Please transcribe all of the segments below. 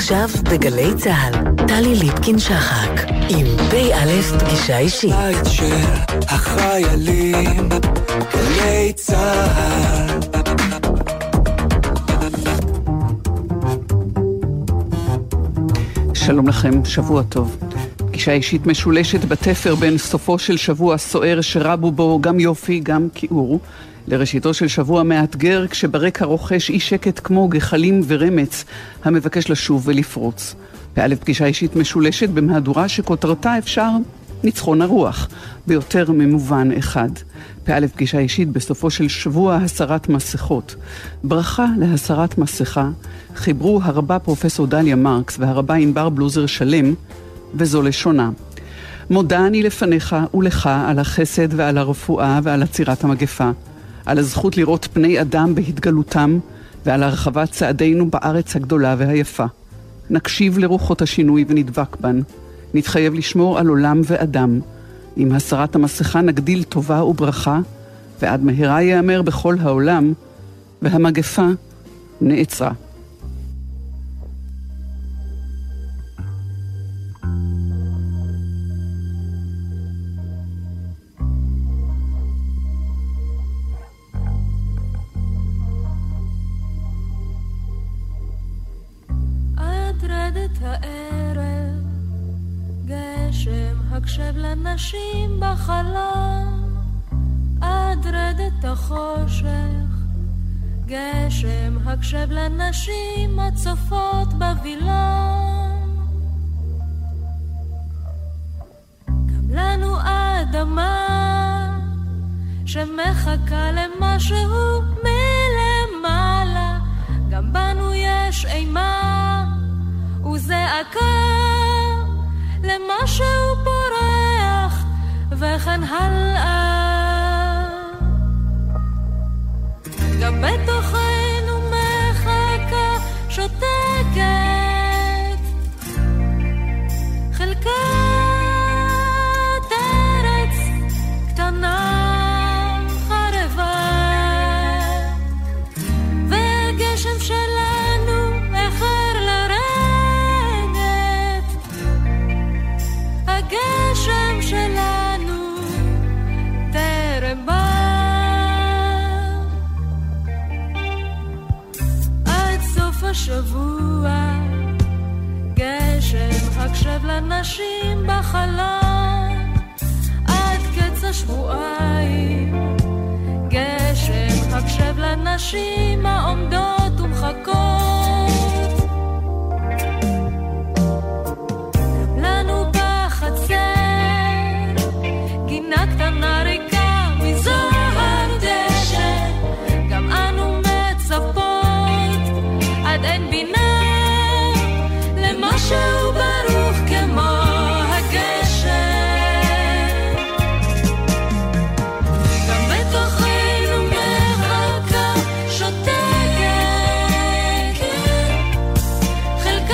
עכשיו בגלי צהל, טלי ליפקין-שחק, עם פ"א פגישה אישית. בית של החיילים, גלי צהל. שלום לכם, שבוע טוב. פגישה אישית משולשת בתפר בין סופו של שבוע סוער שרבו בו גם יופי, גם כיעור, לראשיתו של שבוע מאתגר כשברקע רוכש אי שקט כמו גחלים ורמץ המבקש לשוב ולפרוץ. פ"א פגישה אישית משולשת במהדורה שכותרתה אפשר ניצחון הרוח, ביותר ממובן אחד. פ"א פגישה אישית בסופו של שבוע הסרת מסכות. ברכה להסרת מסכה חיברו הרבה פרופסור דליה מרקס והרבה ענבר בלוזר שלם, וזו לשונה. מודה אני לפניך ולך על החסד ועל הרפואה ועל עצירת המגפה, על הזכות לראות פני אדם בהתגלותם ועל הרחבת צעדינו בארץ הגדולה והיפה. נקשיב לרוחות השינוי ונדבק בן. נתחייב לשמור על עולם ואדם. עם הסרת המסכה נגדיל טובה וברכה, ועד מהרה יאמר בכל העולם, והמגפה נעצרה. הקשב לנשים בחלום, עד רדת החושך. גשם הקשב לנשים הצופות בבילון. גם לנו אדמה שמחכה למשהו מלמעלה, גם בנו יש אימה וזעקה למשהו פורח וכן הלאה. גם בתוכנו מחכה שותקת חלקת ארץ קטנה חרבה, והגשם שלנו אחר לרדת, הגשם שלנו טרם בא. עד סוף השבוע גשם הקשב לנשים בחלום, עד קץ השבועיים גשם הקשב לנשים העומדות ומחכות. לנו בחצר גינה קטנה ריקה מזוהר דשא, גם אנו מצפות עד אין בינה למשהו ברוך כמו הגשם. גם בתוכנו מחכה שותקת חלקת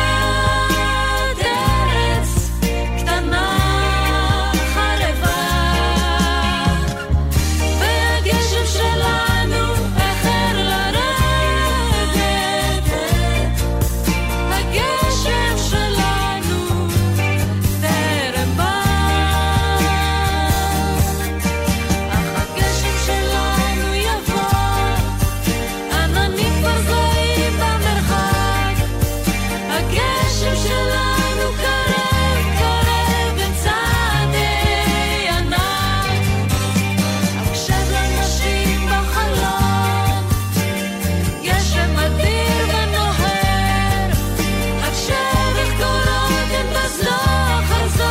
ארץ קטנה חרבה, והגשם שלנו אחר לרדת, הגשם שלנו טרם בא, אך הגשם שלנו יבוא, עננים כבר זוהים במרחק, הגשם שלנו קרב קרב בצעדי ענק. הקשב לנשים בחלום, גשם אדיר ונוהר, הקשב איך קורות הן בזו אחר זו,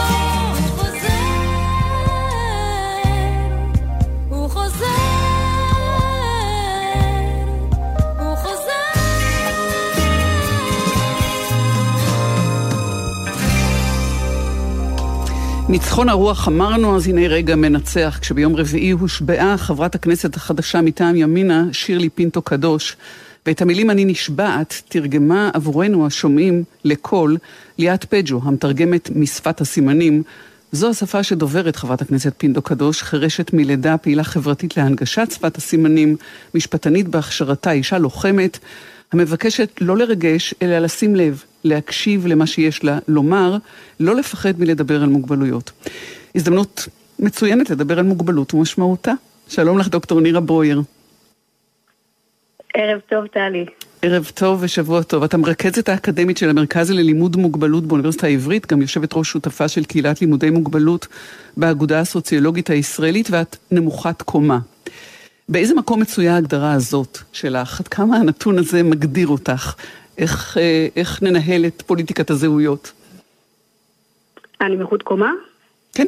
הוא חוזר, הוא חוזר. ניצחון הרוח אמרנו, אז הנה רגע מנצח. כשביום רביעי הושבעה חברת הכנסת החדשה מטעם ימינה, שירלי פינטו קדוש, ואת המילים אני נשבעת תרגמה עבורנו השומעים לקול ליאת פג'ו, המתרגמת משפת הסימנים. זו השפה שדוברת חברת הכנסת פינטו קדוש, חרשת מלידה, פעילה חברתית להנגשת שפת הסימנים, משפטנית בהכשרתה, אישה לוחמת, המבקשת לא לרגש, אלא לשים לב, להקשיב למה שיש לה לומר, לא לפחד מלדבר על מוגבלויות. הזדמנות מצוינת לדבר על מוגבלות ומשמעותה. שלום לך דוקטור נירה ברויר. ערב טוב טלי. ערב טוב ושבוע טוב. אתה מרכזת האקדמית של המרכז ללימוד מוגבלות באוניברסיטה העברית, גם יושבת ראש שותפה של קהילת לימודי מוגבלות באגודה הסוציולוגית הישראלית, ואת נמוכת קומה. באיזה מקום מצויה ההגדרה הזאת שלך? עד כמה הנתון הזה מגדיר אותך? איך ננהל את פוליטיקת הזהויות? אני נמוכות קומה? כן.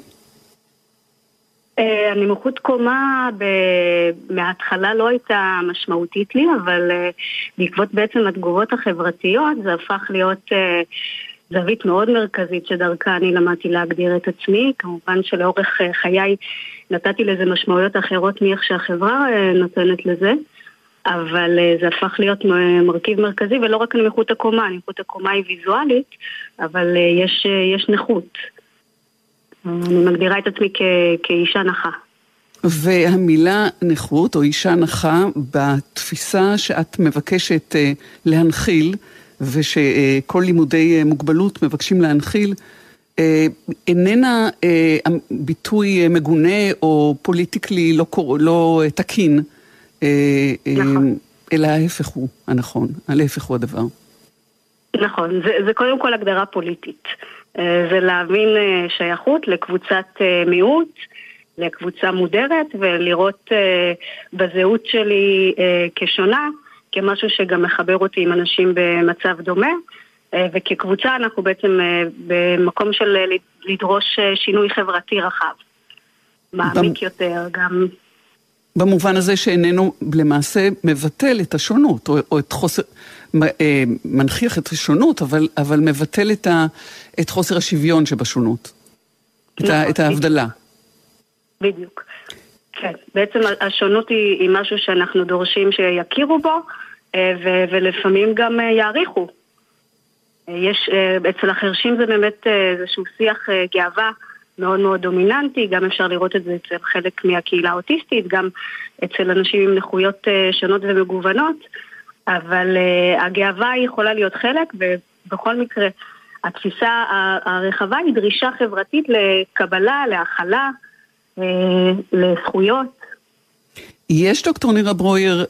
הנמוכות קומה מההתחלה לא הייתה משמעותית לי, אבל בעקבות בעצם התגובות החברתיות זה הפך להיות זווית מאוד מרכזית שדרכה אני למדתי להגדיר את עצמי. כמובן שלאורך חיי נתתי לזה משמעויות אחרות מאיך שהחברה נותנת לזה, אבל זה הפך להיות מרכיב מרכזי, ולא רק נמוכות הקומה. נמוכות הקומה היא ויזואלית, אבל יש נכות. אני מגדירה את עצמי כאישה נכה. והמילה נכות או אישה נכה בתפיסה שאת מבקשת להנחיל, ושכל לימודי מוגבלות מבקשים להנחיל, איננה ביטוי מגונה או פוליטיקלי לא תקין, נכון. אלא ההפך הוא הנכון, ההפך הוא הדבר. נכון, זה קודם כל הגדרה פוליטית. זה להבין שייכות לקבוצת מיעוט, לקבוצה מודרת, ולראות בזהות שלי כשונה, כמשהו שגם מחבר אותי עם אנשים במצב דומה, וכקבוצה אנחנו בעצם במקום של לדרוש שינוי חברתי רחב. מעמיק יותר גם... במובן הזה שאיננו למעשה מבטל את השונות, או את חוסר... מנכיח את השונות, אבל מבטל את חוסר השוויון שבשונות. את ההבדלה. בדיוק. כן. בעצם השונות היא משהו שאנחנו דורשים שיכירו בו, ולפעמים גם יעריכו. אצל החרשים זה באמת איזשהו שיח גאווה מאוד מאוד דומיננטי, גם אפשר לראות את זה אצל חלק מהקהילה האוטיסטית, גם אצל אנשים עם נכויות שונות ומגוונות, אבל הגאווה יכולה להיות חלק, ובכל מקרה התפיסה הרחבה היא דרישה חברתית לקבלה, להכלה, לזכויות. יש דוקטור נירה ברויר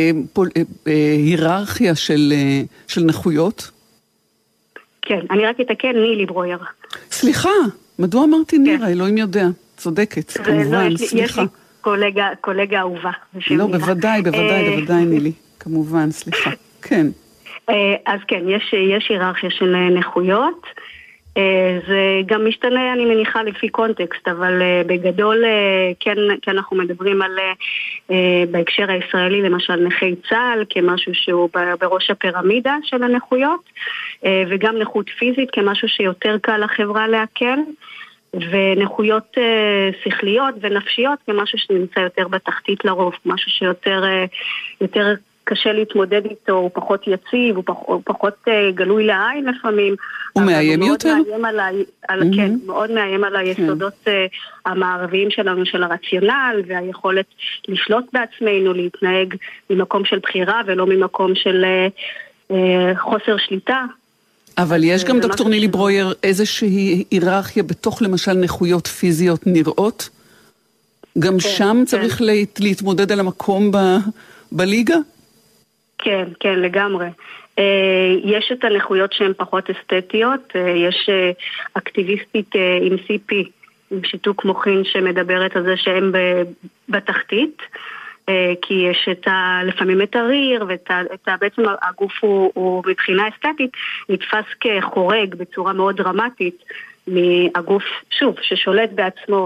היררכיה של נכויות? כן, אני רק אתקן, נילי ברויר. סליחה, מדוע אמרתי נירה? אלוהים יודע, צודקת, כמובן, סליחה. יש לי קולגה אהובה. לא, בוודאי נילי, כמובן, סליחה, כן. אז כן, יש היררכיה של נכויות, זה גם משתנה, אני מניחה, לפי קונטקסט, אבל בגדול כן אנחנו מדברים על, בהקשר הישראלי, למשל נכי צה"ל, כמשהו שהוא בראש הפירמידה של הנכויות, וגם נכות פיזית כמשהו שיותר קל לחברה להקל, ונכויות שכליות ונפשיות כמשהו שנמצא יותר בתחתית לרוב, משהו שיותר קשה להתמודד איתו, הוא פחות יציב, הוא פחות גלוי לעין לפעמים. הוא מאיים יותר? כן, מאוד מאיים על היסודות המערביים שלנו, של הרציונל, והיכולת לשלוט בעצמנו, להתנהג ממקום של בחירה, ולא ממקום של חוסר שליטה. אבל יש גם, דוקטור נילי ברויר, איזושהי היררכיה בתוך למשל נכויות פיזיות נראות? גם שם צריך להתמודד על המקום בליגה? כן, כן, לגמרי. יש את הנכויות שהן פחות אסתטיות, יש אקטיביסטית עם CP, עם שיתוק מוחין שמדברת על זה שהן בתחתית, כי יש לפעמים את הריר, בעצם הגוף הוא מבחינה אסתטית נתפס כחורג בצורה מאוד דרמטית מהגוף, שוב, ששולט בעצמו,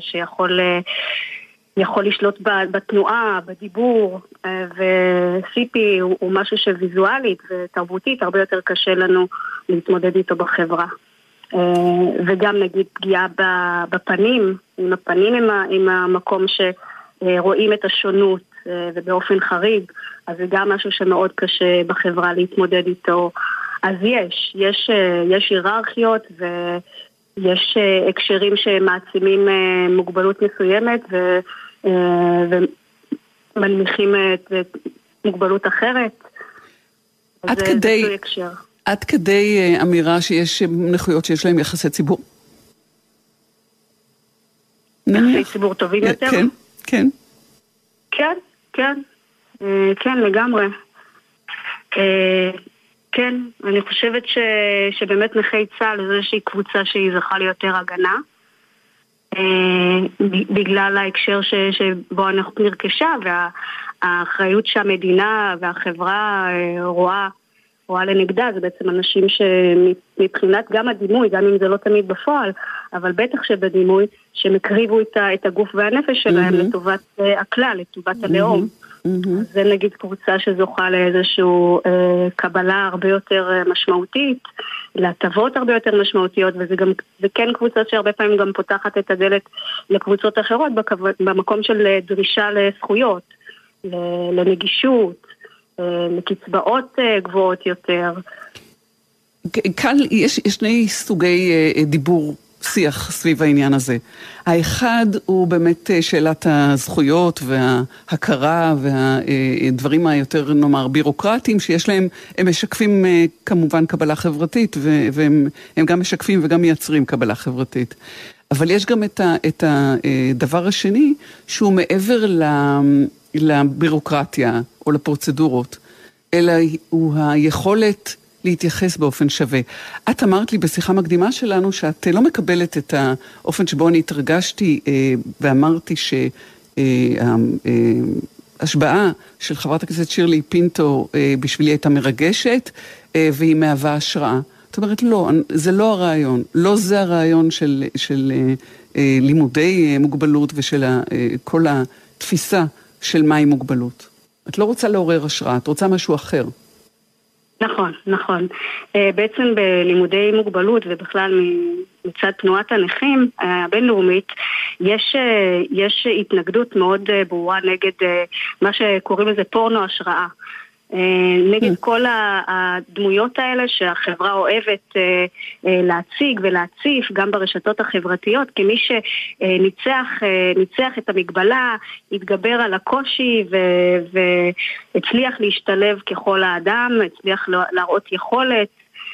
שיכול לשלוט בתנועה, בדיבור, ו-CP הוא משהו שוויזואלית ותרבותית הרבה יותר קשה לנו להתמודד איתו בחברה. וגם נגיד פגיעה בפנים, עם הפנים עם המקום שרואים את השונות ובאופן חריג, אז זה גם משהו שמאוד קשה בחברה להתמודד איתו. אז יש היררכיות ויש הקשרים שמעצימים מוגבלות מסוימת ומנמיכים את מוגבלות אחרת. עד עד כדי אמירה שיש נכויות שיש להם יחסי ציבור? יחסי ציבור טובים יותר? כן, כן. כן, כן. כן, לגמרי. כן, אני חושבת שבאמת נכי צה"ל זה איזושהי קבוצה שהיא זכה ליותר הגנה. בגלל ההקשר שבו אנחנו נרכשה והאחריות שהמדינה והחברה רואה לנגדה, זה בעצם אנשים שמבחינת גם הדימוי, גם אם זה לא תמיד בפועל, אבל בטח שבדימוי, שמקריבו את הגוף והנפש שלהם לטובת הכלל, לטובת הלאום. זה נגיד קבוצה שזוכה לאיזשהו קבלה הרבה יותר משמעותית, להטבות הרבה יותר משמעותיות, וזה כן קבוצה שהרבה פעמים גם פותחת את הדלת לקבוצות אחרות במקום של דרישה לזכויות, לנגישות, לקצבאות גבוהות יותר. כאן יש שני סוגי דיבור, שיח סביב העניין הזה. האחד הוא באמת שאלת הזכויות וההכרה והדברים היותר נאמר בירוקרטיים שיש להם, הם משקפים כמובן קבלה חברתית והם גם משקפים וגם מייצרים קבלה חברתית. אבל יש גם את הדבר השני שהוא מעבר לבירוקרטיה או לפרוצדורות, אלא הוא היכולת להתייחס באופן שווה. את אמרת לי בשיחה מקדימה שלנו שאת לא מקבלת את האופן שבו אני התרגשתי ואמרתי שההשבעה של חברת הכנסת שירלי פינטו בשבילי הייתה מרגשת והיא מהווה השראה. זאת אומרת, לא, זה לא הרעיון. לא זה הרעיון של לימודי מוגבלות ושל כל התפיסה של מהי מוגבלות. את לא רוצה לעורר השראה, את רוצה משהו אחר. נכון, נכון. בעצם בלימודי מוגבלות ובכלל מצד תנועת הנכים הבינלאומית יש התנגדות מאוד ברורה נגד מה שקוראים לזה פורנו השראה. נגד כל הדמויות האלה שהחברה אוהבת להציג ולהציף גם ברשתות החברתיות, כמי שניצח את המגבלה, התגבר על הקושי והצליח להשתלב ככל האדם, הצליח להראות יכולת.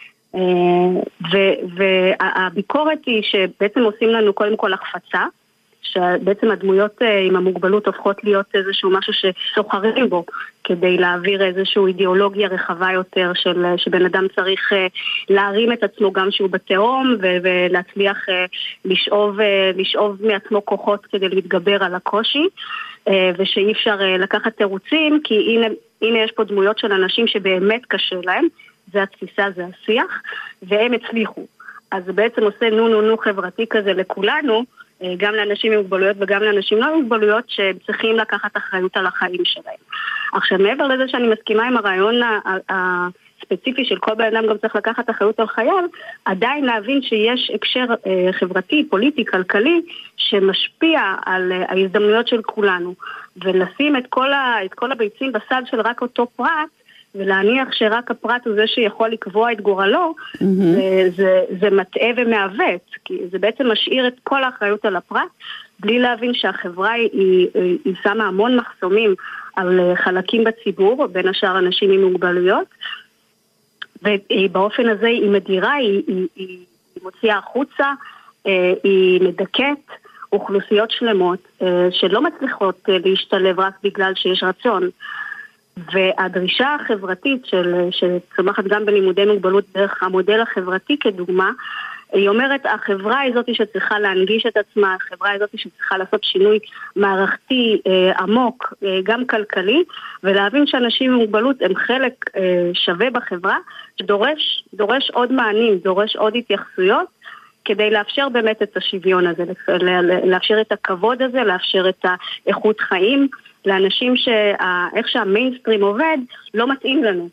והביקורת היא שבעצם עושים לנו קודם כל החפצה, שבעצם הדמויות עם המוגבלות הופכות להיות איזשהו משהו שסוחרים בו כדי להעביר איזשהו אידיאולוגיה רחבה יותר שבן אדם צריך להרים את עצמו גם שהוא בתהום ולהצליח לשאוב מעצמו כוחות כדי להתגבר על הקושי ושאי אפשר לקחת תירוצים כי הנה יש פה דמויות של אנשים שבאמת קשה להם, זה התפיסה, זה השיח והם הצליחו. אז זה בעצם עושה נו חברתי כזה לכולנו, גם לאנשים עם מוגבלויות וגם לאנשים לא עם מוגבלויות שצריכים לקחת אחריות על החיים שלהם. עכשיו, מעבר לזה שאני מסכימה עם הרעיון הספציפי של כל בן אדם גם צריך לקחת אחריות על חייו, עדיין להבין שיש הקשר חברתי, פוליטי, כלכלי, שמשפיע על ההזדמנויות של כולנו. ולשים את כל הביצים בסד של רק אותו פרט, ולהניח שרק הפרט הוא זה שיכול לקבוע את גורלו, זה מטעה ומעוות, כי זה בעצם משאיר את כל האחריות על הפרט, בלי להבין שהחברה היא שמה המון מחסומים על חלקים בציבור, בין השאר אנשים עם מוגבלויות, ובאופן הזה היא מדירה, היא מוציאה החוצה, היא מדכאת אוכלוסיות שלמות, שלא מצליחות להשתלב רק בגלל שיש רצון, והדרישה החברתית שצומחת גם בלימודי מוגבלות דרך המודל החברתי כדוגמה, היא אומרת, החברה היא זאת שצריכה להנגיש את עצמה, החברה היא זאת שצריכה לעשות שינוי מערכתי עמוק, גם כלכלי, ולהבין שאנשים עם מוגבלות הם חלק שווה בחברה, שדורש עוד מענים, דורש עוד התייחסויות, כדי לאפשר באמת את השוויון הזה, לאפשר את הכבוד הזה, לאפשר את האיכות חיים, לאנשים שאיך שהמיינסטרים עובד לא מתאים לנו.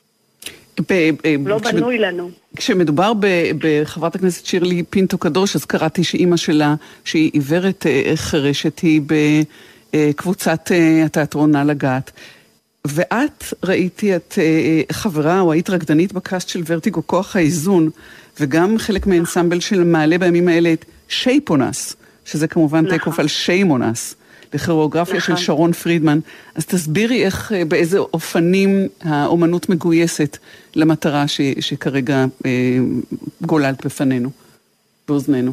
לא בנוי לנו. כשמדובר בחברת הכנסת שירלי פינטו קדוש, אז קראתי שאימא שלה, שהיא עיוורת חרשת, היא בקבוצת התיאטרון נא לגעת. ואת ראיתי את חברה או היית רקדנית בקאסט של ורטיגו כוח האיזון, וגם חלק מהאנסמבל של מעלה בימים האלה את שייפונס, שזה כמובן תקוף על שיימונס. לכוריאוגרפיה של שרון פרידמן. אז תסבירי איך, באיזה אופנים האומנות מגויסת למטרה שכרגע גוללת בפנינו, באוזנינו.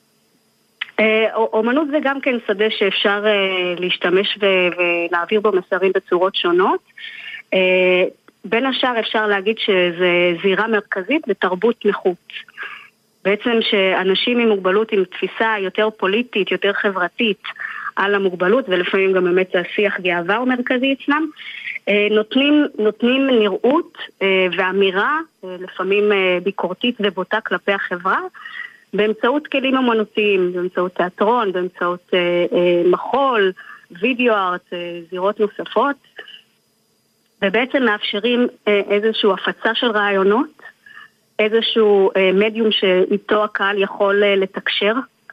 אומנות זה גם כן שדה שאפשר להשתמש ולהעביר בו מסרים בצורות שונות. בין השאר אפשר להגיד שזה זירה מרכזית בתרבות נכות. בעצם שאנשים עם מוגבלות עם תפיסה יותר פוליטית, יותר חברתית על המוגבלות, ולפעמים גם באמת השיח גאווה הוא מרכזי אצלם, נותנים נראות ואמירה, לפעמים ביקורתית ובוטה כלפי החברה, באמצעות כלים אומנותיים, באמצעות תיאטרון, באמצעות מחול, וידאו ארט, זירות נוספות, ובעצם מאפשרים איזושהי הפצה של רעיונות, איזשהו מדיום שאיתו הקהל יכול לתקשר,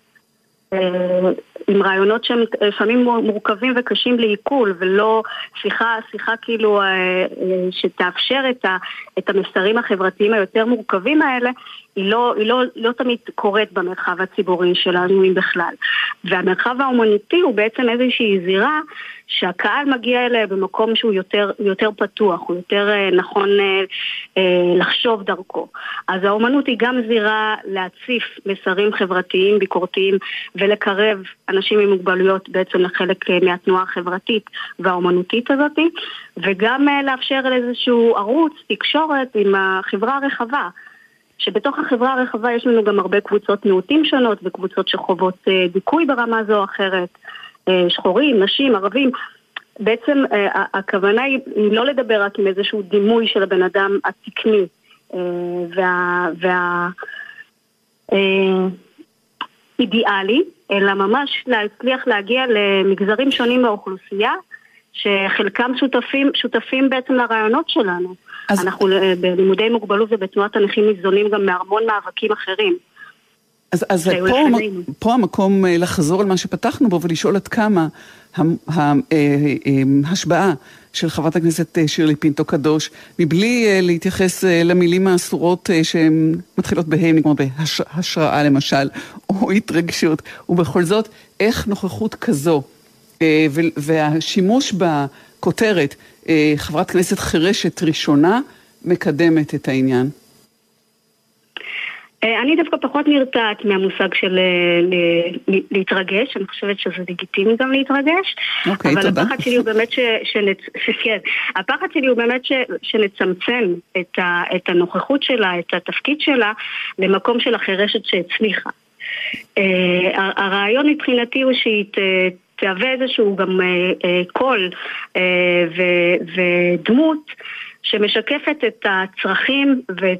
עם רעיונות שהם לפעמים מורכבים וקשים לעיכול, ולא שיחה כאילו שתאפשר את המסרים החברתיים היותר מורכבים האלה, היא לא תמיד קורית במרחב הציבורי שלנו אם בכלל. והמרחב האומנותי הוא בעצם איזושהי זירה שהקהל מגיע אליה במקום שהוא יותר פתוח, הוא יותר נכון לחשוב דרכו. אז האומנות היא גם זירה להציף מסרים חברתיים, ביקורתיים, ולקרב אנשים עם מוגבלויות בעצם לחלק מהתנועה החברתית והאומנותית הזאת, וגם לאפשר איזשהו ערוץ תקשורת עם החברה הרחבה, שבתוך החברה הרחבה יש לנו גם הרבה קבוצות מיעוטים שונות וקבוצות שחוות דיכוי ברמה זו או אחרת, שחורים, נשים, ערבים. בעצם הכוונה היא לא לדבר רק עם איזשהו דימוי של הבן אדם התקני אידיאלי, אלא ממש להצליח להגיע למגזרים שונים מהאוכלוסייה, שחלקם שותפים בעצם לרעיונות שלנו. אנחנו בלימודי מוגבלות ובתנועת הנכים ניזונים גם מהרמון מאבקים אחרים. אז פה המקום לחזור על מה שפתחנו בו ולשאול עד כמה ההשבעה של חברת הכנסת שירלי פינטו קדוש, מבלי להתייחס למילים האסורות שמתחילות בהן, כמו בהשראה למשל, או התרגשות, ובכל זאת, איך נוכחות כזו, והשימוש בכותרת, חברת כנסת חירשת ראשונה, מקדמת את העניין? אני דווקא פחות נרתעת מהמושג של להתרגש, אני חושבת שזה לגיטימי גם להתרגש, אבל הפחד שלי הוא באמת הפחד שלי הוא באמת שנצמצם את הנוכחות שלה, את התפקיד שלה, למקום של החירשת שהצליחה. הרעיון מבחינתי הוא שהיא תהווה איזשהו גם קול ודמות שמשקפת את הצרכים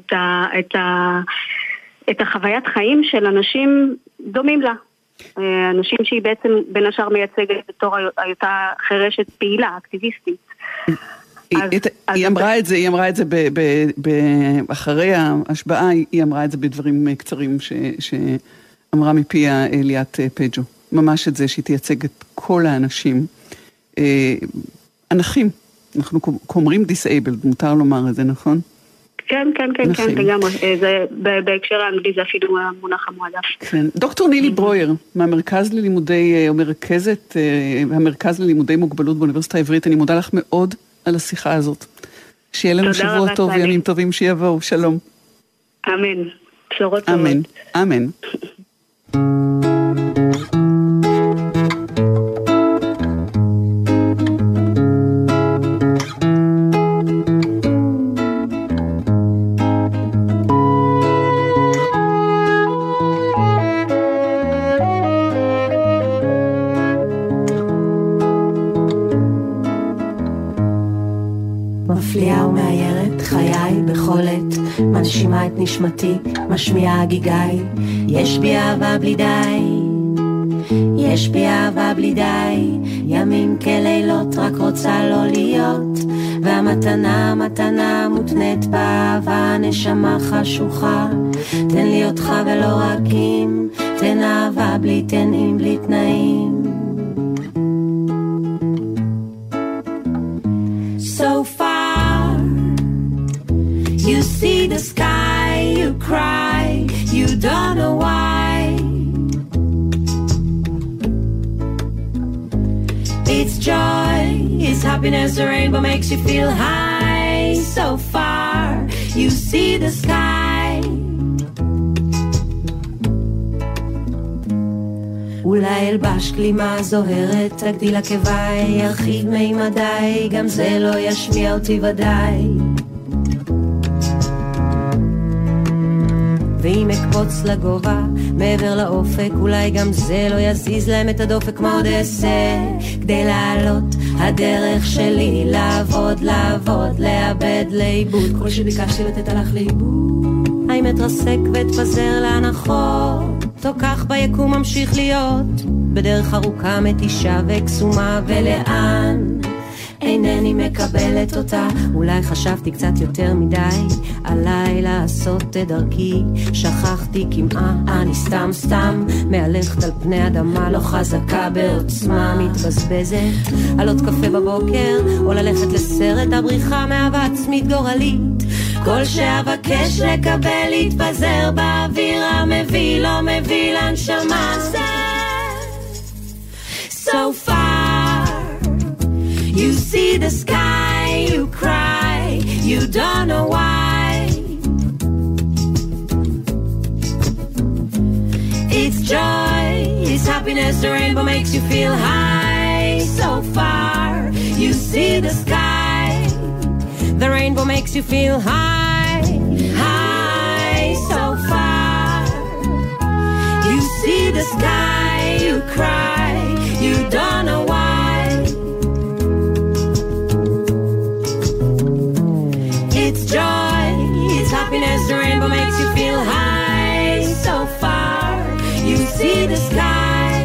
ואת החוויית חיים של אנשים דומים לה. אנשים שהיא בעצם בין השאר מייצגת בתור היותה חירשת פעילה, אקטיביסטית. היא אמרה את זה אחרי ההשבעה, היא אמרה את זה בדברים קצרים שאמרה מפיה ליאת פג'ו. ממש את זה שהיא תייצג את כל האנשים. אנכים, אנחנו קומרים disabled, מותר לומר את זה, נכון? כן, לגמרי. בהקשר האנגלי זה אפילו המונח המועדף. כן. דוקטור נילי ברויר, מהמרכז ללימודי, או מרכזת, המרכז ללימודי מוגבלות באוניברסיטה העברית, אני מודה לך מאוד על השיחה הזאת. שיהיה לנו שבוע טוב וימים טובים שיבואו. שלום. אמן. בשורות טובות. אמן. אמן. מפליאה ומאיירת חיי בכל עת, מנשימה את נשמתי, משמיעה גיגי. יש בי אהבה בלי די, יש בי אהבה בלי די, ימים כלילות רק רוצה לא להיות, והמתנה מתנה מותנית באהבה, נשמה חשוכה, תן לי אותך ולא רק אם, תן אהבה בלי תנאים בלי תנאים. So far, you see the sky, you cry, you don't know why. happiness, the rainbow makes you feel high. So far, you see the sky. אולי אלבש כלימה זוהרת, תגדיל עקביי, ירחיב מימדיי, גם זה לא ישמיע אותי ודאי. ואם אקפוץ לגובה, מעבר לאופק, אולי גם זה לא יזיז להם את הדופק. מה עוד אעשה כדי לעלות? הדרך שלי לעבוד, לעבוד, לאבד, לאיבוד. כל שביקשתי לתת הלך לאיבוד. האם אתרסק ואתפזר להנחות, או כך ביקום ממשיך להיות בדרך ארוכה מתישה וקסומה, ולאן אינני מקבלת אותה. אולי חשבתי קצת יותר מדי עליי לעשות את דרכי, שכחתי כמעט, אני סתם מהלכת על פני אדמה, לא חזקה בעוצמה, מתבזבזת על עוד קפה בבוקר, או ללכת לסרט הבריחה מאהבה עצמית גורלית. כל שאבקש לקבל יתפזר באוויר המביא, לא מביא לנשמה. So far you see the sky, you cry, you don't know why. It's joy, it's happiness, the rainbow makes you feel high. So far you see the sky, the rainbow makes you feel high, high. So far you see the sky, you cry, you don't know why. It's joy, it's happiness, the rainbow makes you feel high. So far you see the sky.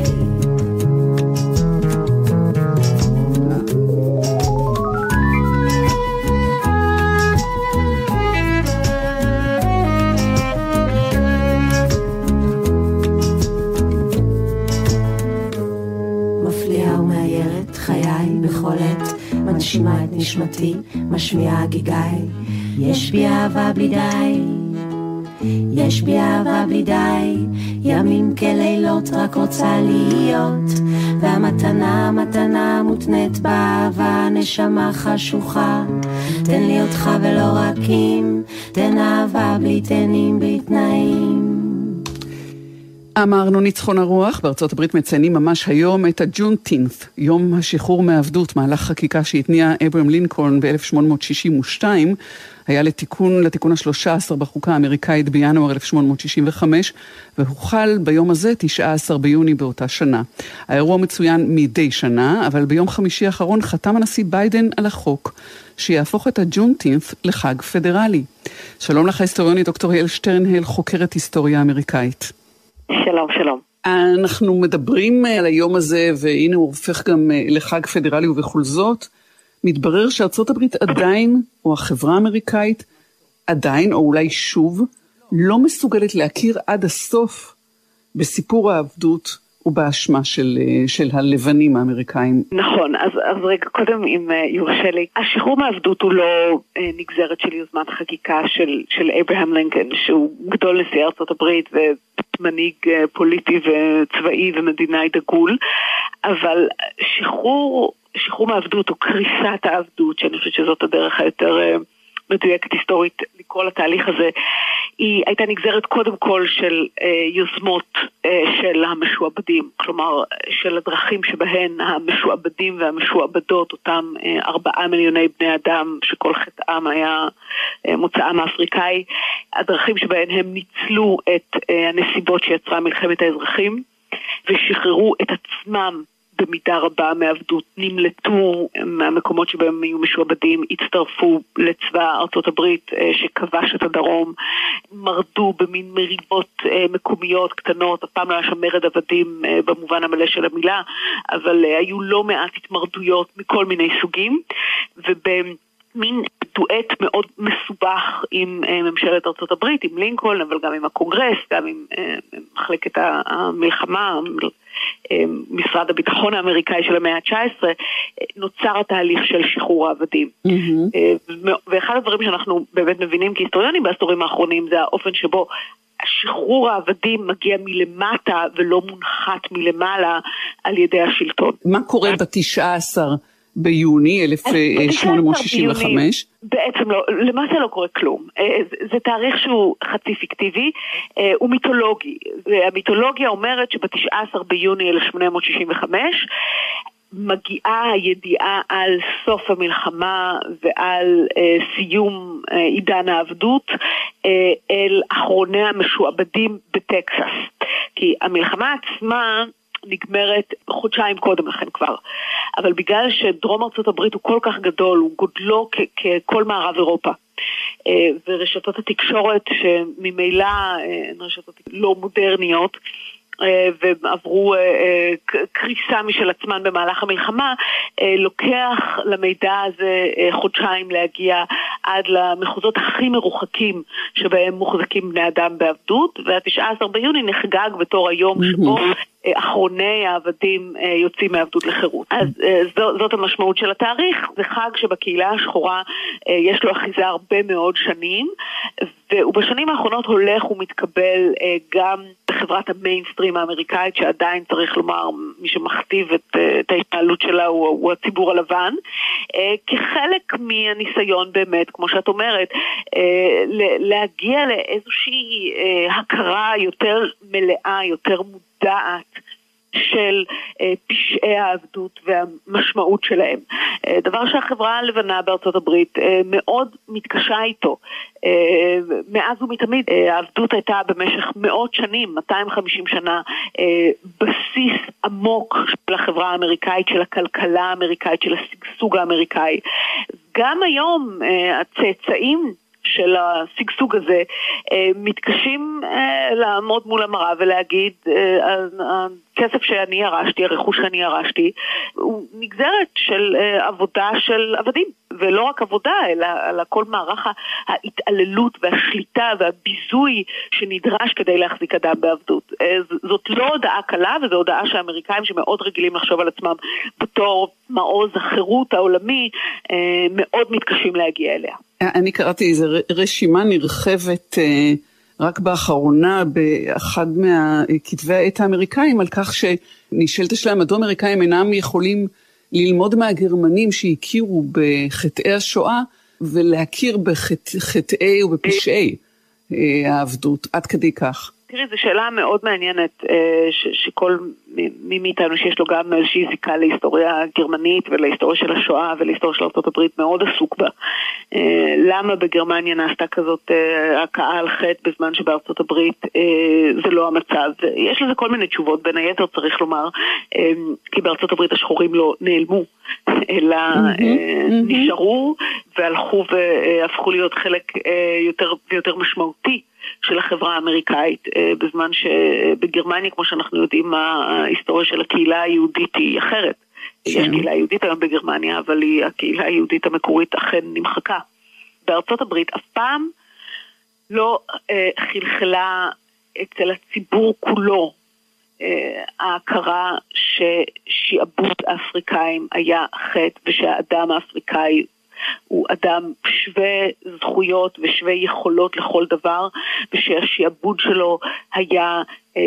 מנשימה את נשמתי, משמיעה גיגי. יש בי אהבה בלי די, יש בי אהבה בלי די. ימים כלילות רק רוצה להיות, והמתנה מתנה מותנית באהבה. נשמה חשוכה, תן לי אותך ולא רק אם, תן אהבה בלי תנים בלי תנאים. אמרנו ניצחון הרוח. בארצות הברית מציינים ממש היום את הג'ונטינת', יום השחרור מעבדות, מהלך חקיקה שהתניע אברהם לינקולן ב-1862, היה לתיקון ה-13 בחוקה האמריקאית בינואר 1865, והוחל ביום הזה 19 ביוני באותה שנה. האירוע מצוין מדי שנה, אבל ביום חמישי האחרון חתם הנשיא ביידן על החוק שיהפוך את הג'ונטינת' לחג פדרלי. שלום לך היסטוריונית דוקטור יעל שטרנהל, חוקרת היסטוריה אמריקאית. שלום, שלום. אנחנו מדברים על היום הזה, והנה הוא הופך גם לחג פדרלי, ובכל זאת מתברר שארצות הברית עדיין, או החברה האמריקאית עדיין, או אולי שוב, לא מסוגלת להכיר עד הסוף בסיפור העבדות ובאשמה של הלבנים האמריקאים. נכון, אז רגע, קודם אם יורשה לי, השחרור מעבדות הוא לא נגזרת של יוזמת חקיקה של אברהם לינקולן, שהוא גדול נשיא ארצות הברית ומנהיג פוליטי וצבאי ומדינאי דגול, אבל שחרור מעבדות או קריסת העבדות, שאני חושבת שזאת הדרך היותר מדויקת היסטורית לקרוא לתהליך הזה, היא הייתה נגזרת קודם כל של יוזמות של המשועבדים, כלומר של הדרכים שבהן המשועבדים והמשועבדות, אותם 4 מיליוני בני אדם שכל חטאם היה מוצאם האפריקאי, הדרכים שבהן הם ניצלו את הנסיבות שיצרה מלחמת האזרחים ושחררו את עצמם במידה רבה מעבדות, נמלטו מהמקומות שבהם היו משועבדים, הצטרפו לצבא ארצות הברית שכבש את הדרום, מרדו במין מריבות מקומיות קטנות, אף פעם לא היה שם מרד עבדים במובן המלא של המילה, אבל היו לא מעט התמרדויות מכל מיני סוגים, ובמין דואט מאוד מסובך עם ממשלת ארצות הברית, עם לינקולן, אבל גם עם הקונגרס, גם עם מחלקת המלחמה, משרד הביטחון האמריקאי של המאה ה-19, נוצר התהליך של שחרור העבדים. ואחד הדברים שאנחנו באמת מבינים כהיסטוריונים בעשורים האחרונים, זה האופן שבו השחרור העבדים מגיע מלמטה ולא מונחת מלמעלה על ידי השלטון. מה קורה ב-19 ביוני 1865. בעצם לא, למעשה לא קורה כלום. זה תאריך שהוא חצי פיקטיבי, הוא מיתולוגי. והמיתולוגיה אומרת שב-19 ביוני 1865 מגיעה הידיעה על סוף המלחמה ועל סיום עידן העבדות אל אחרוני המשועבדים בטקסס. כי המלחמה עצמה נגמרת חודשיים קודם לכן כבר. אבל בגלל שדרום ארצות הברית הוא כל כך גדול, הוא גודלו ככל מערב אירופה. ורשתות התקשורת שממילא הן רשתות לא מודרניות, ועברו קריסה משל עצמן במהלך המלחמה, לוקח למידע הזה חודשיים להגיע עד למחוזות הכי מרוחקים שבהם מוחזקים בני אדם בעבדות, וה-19 ביוני נחגג בתור היום שבו אחרוני העבדים יוצאים מעבדות לחירות. אז זאת המשמעות של התאריך. זה חג שבקהילה השחורה יש לו אחיזה הרבה מאוד שנים, ובשנים האחרונות הולך ומתקבל גם בחברת המיינסטרים האמריקאית, שעדיין צריך לומר מי שמכתיב את ההתנהלות שלה הוא הציבור הלבן, כחלק מהניסיון באמת, כמו שאת אומרת, להגיע לאיזושהי הכרה יותר מלאה, יותר מודעת של פשעי העבדות והמשמעות שלהם. דבר שהחברה הלבנה בארצות הברית מאוד מתקשה איתו. מאז ומתמיד העבדות הייתה במשך מאות שנים, 250 שנה, בסיס עמוק של החברה האמריקאית, של הכלכלה האמריקאית, של השגשוג האמריקאי. גם היום הצאצאים של השגשוג הזה מתקשים לעמוד מול המראה ולהגיד הכסף שאני ירשתי, הרכוש שאני ירשתי, הוא נגזרת של עבודה של עבדים, ולא רק עבודה, אלא על כל מערך ההתעללות והשליטה והביזוי שנדרש כדי להחזיק אדם בעבדות. זאת לא הודעה קלה, וזו הודעה שהאמריקאים שמאוד רגילים לחשוב על עצמם בתור מעוז החירות העולמי, מאוד מתקשים להגיע אליה. אני קראתי איזו רשימה נרחבת רק באחרונה באחד מהכתבי העת האמריקאים על כך שנשאלת השאלה מדוע האמריקאים אינם יכולים ללמוד מהגרמנים שהכירו בחטאי השואה ולהכיר בחטאי ובפשעי העבדות עד כדי כך. תראי, זו שאלה מאוד מעניינת שכל מי מאיתנו שיש לו גם איזושהי זיקה להיסטוריה גרמנית ולהיסטוריה של השואה ולהיסטוריה של ארצות הברית מאוד עסוק בה. למה בגרמניה נעשתה כזאת הכאה על חטא בזמן שבארצות הברית זה לא המצב? יש לזה כל מיני תשובות, בין היתר צריך לומר, כי בארצות הברית השחורים לא נעלמו, אלא נשארו והלכו והפכו להיות חלק יותר ויותר משמעותי של החברה האמריקאית, בזמן שבגרמניה, כמו שאנחנו יודעים, ההיסטוריה של הקהילה היהודית היא אחרת. יש קהילה יהודית היום בגרמניה, אבל הקהילה היהודית המקורית אכן נמחקה. בארצות הברית אף פעם לא חלחלה אצל הציבור כולו ההכרה ששיעבוד האפריקאים היה חטא, ושהאדם האפריקאי הוא אדם שווה זכויות ושווה יכולות לכל דבר, ושהשיעבוד שלו היה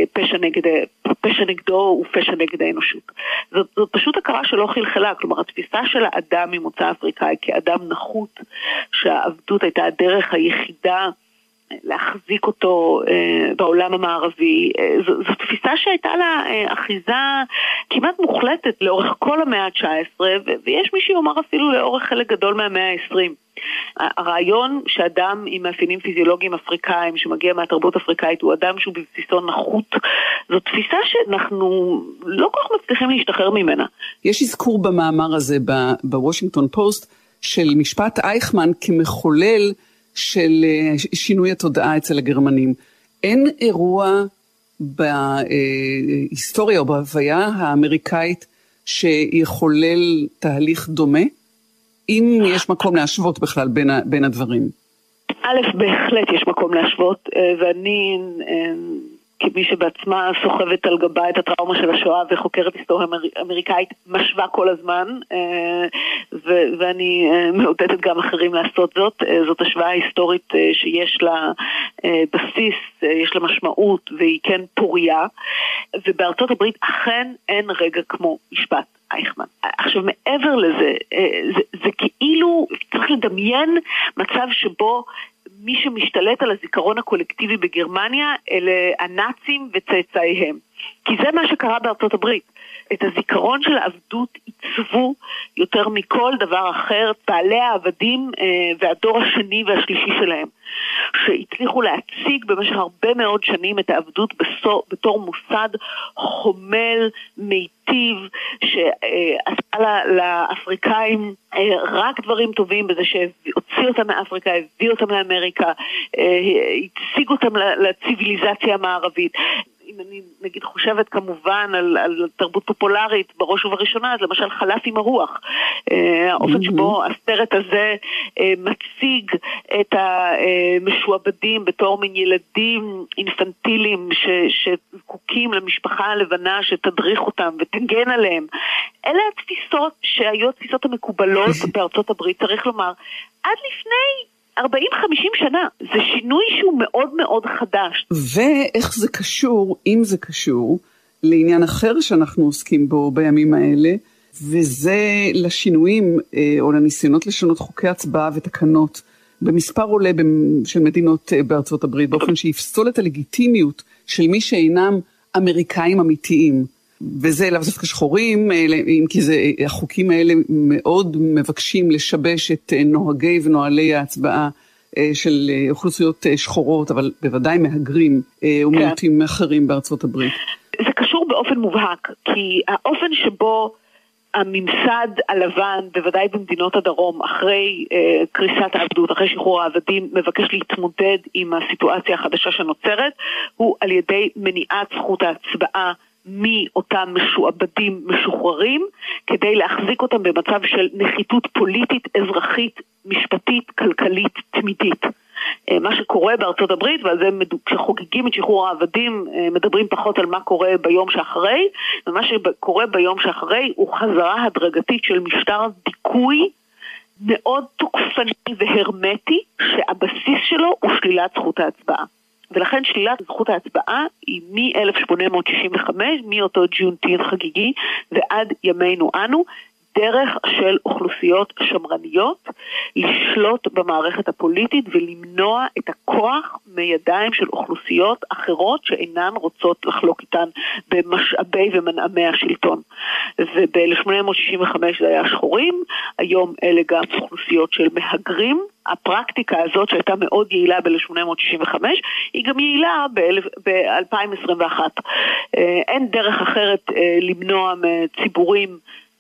פשע נגדו ופשע נגד האנושות. זאת פשוט הכרה שלא חלחלה, כלומר התפיסה של האדם ממוצא אפריקאי כאדם נחות, שהעבדות הייתה הדרך היחידה להחזיק אותו בעולם המערבי, זו תפיסה שהייתה לה אחיזה כמעט מוחלטת לאורך כל המאה ה-19, ויש מי שאומר אפילו לאורך חלק גדול מהמאה ה-20. הרעיון שאדם עם מאפיינים פיזיולוגיים אפריקאים שמגיע מהתרבות אפריקאית הוא אדם שהוא בבסיסו נחות, זו תפיסה שאנחנו לא כל כך מצליחים להשתחרר ממנה. יש אזכור במאמר הזה בוושינגטון פוסט של משפט אייכמן כמחולל של שינוי התודעה אצל הגרמנים. אין אירוע בהיסטוריה או בהוויה האמריקאית שיחולל תהליך דומה? אם יש מקום להשוות בכלל בין הדברים. א', בהחלט יש מקום להשוות, ואני כמי שבעצמה סוחבת על גבה את הטראומה של השואה וחוקרת היסטוריה אמריקאית, משווה כל הזמן, ואני מעודדת גם אחרים לעשות זאת. זאת השוואה היסטורית שיש לה בסיס, יש לה משמעות, והיא כן פוריה, ובארצות הברית אכן אין רגע כמו משפט אייכמן. עכשיו מעבר לזה, זה כאילו צריך לדמיין מצב שבו מי שמשתלט על הזיכרון הקולקטיבי בגרמניה אלה הנאצים וצאצאיהם. כי זה מה שקרה בארצות הברית. את הזיכרון של העבדות עיצבו יותר מכל דבר אחר בעלי העבדים והדור השני והשלישי שלהם, שהצליחו להציג במשך הרבה מאוד שנים את העבדות בתור מוסד חומל, מיטיב, שעשה לאפריקאים רק דברים טובים בזה שהוציא אותם מאפריקה, הביא אותם לאמריקה, הציג אותם לציביליזציה המערבית. אם אני נגיד חושבת כמובן על תרבות פופולרית בראש ובראשונה, אז למשל חלף עם הרוח. האופן שבו הסרט הזה מציג את המשועבדים בתור מין ילדים אינפנטיליים שזקוקים למשפחה הלבנה שתדריך אותם ותגן עליהם. אלה התפיסות שהיו התפיסות המקובלות בארצות הברית, צריך לומר, עד לפני 40-50 שנה. זה שינוי שהוא מאוד מאוד חדש. ואיך זה קשור, אם זה קשור, לעניין אחר שאנחנו עוסקים בו בימים האלה, וזה לשינויים או לניסיונות לשנות חוקי הצבעה ותקנות במספר עולה של מדינות בארצות הברית, באופן שיפסול את הלגיטימיות של מי שאינם אמריקאים אמיתיים. וזה לאו דווקא שחורים, אם כי החוקים האלה מאוד מבקשים לשבש את נוהגי ונוהלי ההצבעה של אוכלוסיות שחורות, אבל בוודאי מהגרים ומיעוטים אחרים בארצות הברית. זה קשור באופן מובהק, כי האופן שבו הממסד הלבן, בוודאי במדינות הדרום, אחרי קריסת העבדות, אחרי שחרור העבדים, מבקש להתמודד עם הסיטואציה החדשה שנוצרת, הוא על ידי מניעת זכות ההצבעה מאותם משועבדים משוחררים, כדי להחזיק אותם במצב של נחיתות פוליטית, אזרחית, משפטית, כלכלית, תמידית. מה שקורה בארצות הברית, ועל זה כשחוגגים את שחרור העבדים, מדברים פחות על מה קורה ביום שאחרי, ומה שקורה ביום שאחרי הוא חזרה הדרגתית של משטר דיכוי מאוד תוקפני והרמטי, שהבסיס שלו הוא שלילת זכות ההצבעה. ולכן שלילת זכות ההצבעה היא מ-1865, מאותו ג'ונטין חגיגי ועד ימינו אנו, דרך של אוכלוסיות שמרניות לשלוט במערכת הפוליטית ולמנוע את הכוח מידיים של אוכלוסיות אחרות שאינן רוצות לחלוק איתן במשאבי ומנעמי השלטון. וב-1865 זה היה שחורים, היום אלה גם אוכלוסיות של מהגרים. הפרקטיקה הזאת שהייתה מאוד יעילה ב-1865 היא גם יעילה ב-2021. אין דרך אחרת למנוע מציבורים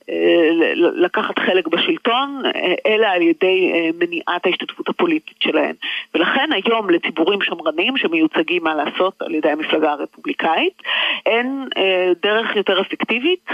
לקחת חלק בשלטון, אלא על ידי מניעת ההשתתפות הפוליטית שלהן. ולכן היום לציבורים שמרנים שמיוצגים מה לעשות על ידי המפלגה הרפובליקאית, אין דרך יותר אפקטיבית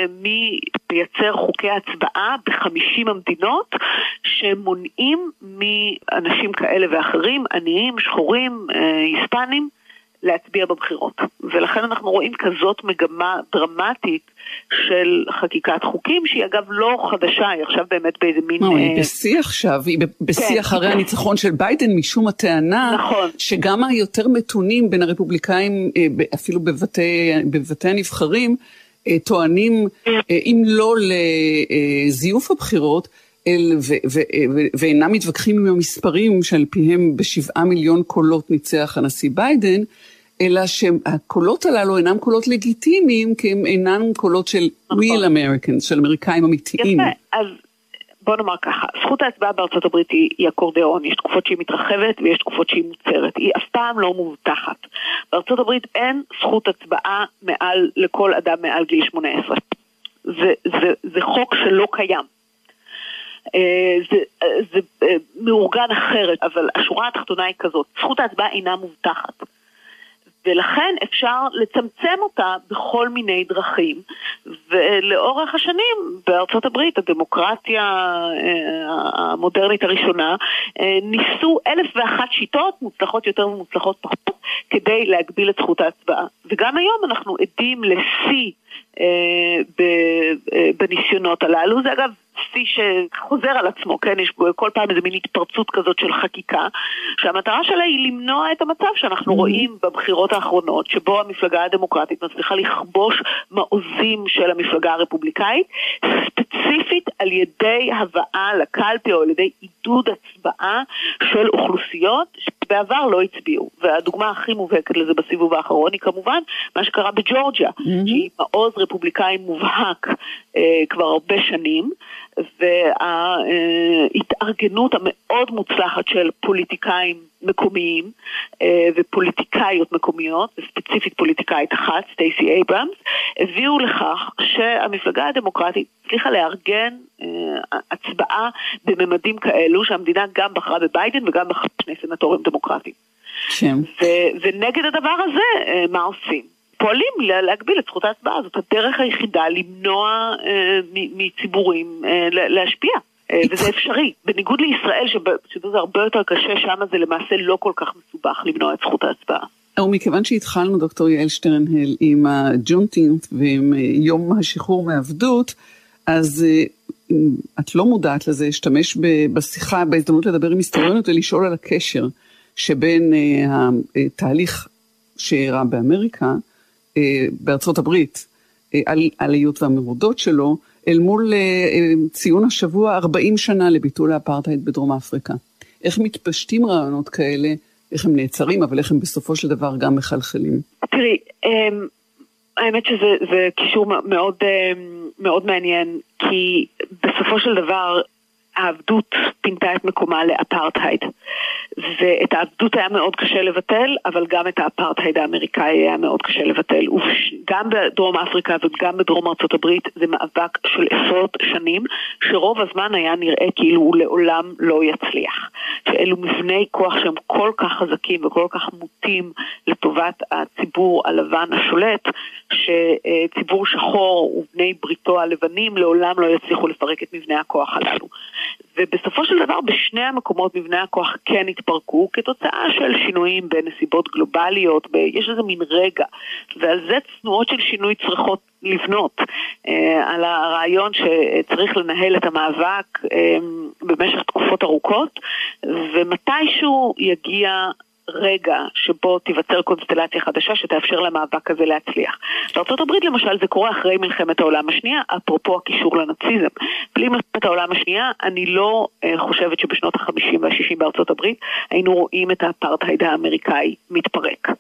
מייצר חוקי הצבעה ב-50 המדינות שמונעים מאנשים כאלה ואחרים, עניים, שחורים, היספנים, להצביע בבחירות. ולכן אנחנו רואים כזאת מגמה דרמטית של חקיקת חוקים, שהיא אגב לא חדשה, היא עכשיו באמת באיזה מין... היא בשיא עכשיו, היא בשיא אחרי הניצחון של ביידן, משום הטענה, שגם היותר מתונים בין הרפובליקאים, אפילו בבתי הנבחרים, טוענים, אם לא לזיוף הבחירות, ואינם מתווכחים עם המספרים שעל פיהם ב7 מיליון קולות ניצח הנשיא ביידן, אלא שהקולות הללו אינם קולות לגיטימיים, כי הם אינם קולות של real Americans, של אמריקאים אמיתיים. יפה, אז בוא נאמר ככה, זכות ההצבעה בארצות הברית היא אקורדיאון, יש תקופות שהיא מתרחבת ויש תקופות שהיא מוצרת, היא אף פעם לא מובטחת. בארצות הברית אין זכות הצבעה לכל אדם מעל גיל 18. זה חוק שלא קיים. זה מאורגן אחרת, אבל השורה התחתונה היא כזאת, זכות ההצבעה אינה מובטחת, ולכן אפשר לצמצם אותה בכל מיני דרכים, ולאורך השנים בארצות הברית, הדמוקרטיה המודרנית הראשונה, ניסו 1,001 שיטות, מוצלחות יותר ומוצלחות פחות, כדי להגביל את זכות ההצבעה. וגם היום אנחנו עדים לשיא בניסיונות הללו. זה אגב שיא שחוזר על עצמו, כן? יש כל פעם איזה מין התפרצות כזאת של חקיקה, שהמטרה שלה היא למנוע את המצב שאנחנו רואים בבחירות האחרונות, שבו המפלגה הדמוקרטית מצליחה לכבוש מעוזים של המפלגה הרפובליקאית, ספציפית על ידי הבאה לקלפי או על ידי עידוד הצבעה של אוכלוסיות שבעבר לא הצביעו. והדוגמה הכי מובהקת לזה בסיבוב האחרון היא כמובן מה שקרה בג'ורג'יה, שהיא מעוז רפובליקאי מובהק כבר הרבה שנים, וההתארגנות המאוד מוצלחת של פוליטיקאים מקומיים ופוליטיקאיות מקומיות, וספציפית פוליטיקאית אחת, סטייסי אייברמס, הביאו לכך שהמפלגה הדמוקרטית הצליחה לארגן הצבעה בממדים כאלו, שהמדינה גם בחרה בביידן וגם בחרה שני סנטורים דמוקרטיים. ונגד הדבר הזה, מה עושים? פועלים להגביל את זכות ההצבעה. זאת הדרך היחידה למנוע מציבורים להשפיע. וזה אפשרי. בניגוד לישראל, שזה הרבה יותר קשה, שם זה למעשה לא כל כך מסובך למנוע את זכות ההצבעה. ומכיוון שהתחלנו, דוקטור יעל שטרנהל, עם הג'ונטינט ועם יום השחרור מעבדות, אז את לא מודעת לזה, אשתמש בשיחה, בהזדמנות לדבר עם היסטוריוניות ולשאול על הקשר שבין התהליך שאירע באמריקה, בארצות הברית, על היות והמרודות שלו, אל מול ציון השבוע 40 שנה לביטול האפרטהייד בדרום אפריקה. איך מתפשטים רעיונות כאלה, איך הם נעצרים, אבל איך הם בסופו של דבר גם מחלחלים? תראי, האמת שזה קישור מאוד, מאוד מעניין, כי בסופו של דבר העבדות פינתה את מקומה לאפרטהייד, ואת העבדות היה מאוד קשה לבטל, אבל גם את האפרטהייד האמריקאי היה מאוד קשה לבטל, וגם בדרום אפריקה וגם בדרום ארצות הברית זה מאבק של עשרות שנים, שרוב הזמן היה נראה כאילו הוא לעולם לא יצליח, שאלו מבני כוח שהם כל כך חזקים וכל כך מוטים לטובת הציבור הלבן השולט, שציבור שחור ובני בריתו הלבנים לעולם לא יצליחו לפרק את מבני הכוח הללו. ובסופו של דבר בשני המקומות מבני הכוח כן התפרקו כתוצאה של שינויים בנסיבות גלובליות, יש איזה מין רגע, ועל זה תנועות של שינוי צריכות לבנות, על הרעיון שצריך לנהל את המאבק במשך תקופות ארוכות, ומתישהו יגיע רגע שבו תיווצר קונסטלציה חדשה שתאפשר למאבק הזה להצליח. בארצות הברית למשל זה קורה אחרי מלחמת העולם השנייה, אפרופו הקישור לנאציזם. בלי מלחמת העולם השנייה אני לא חושבת שבשנות ה-50 וה-60 בארצות הברית היינו רואים את האפרטהייד האמריקאי מתפרק.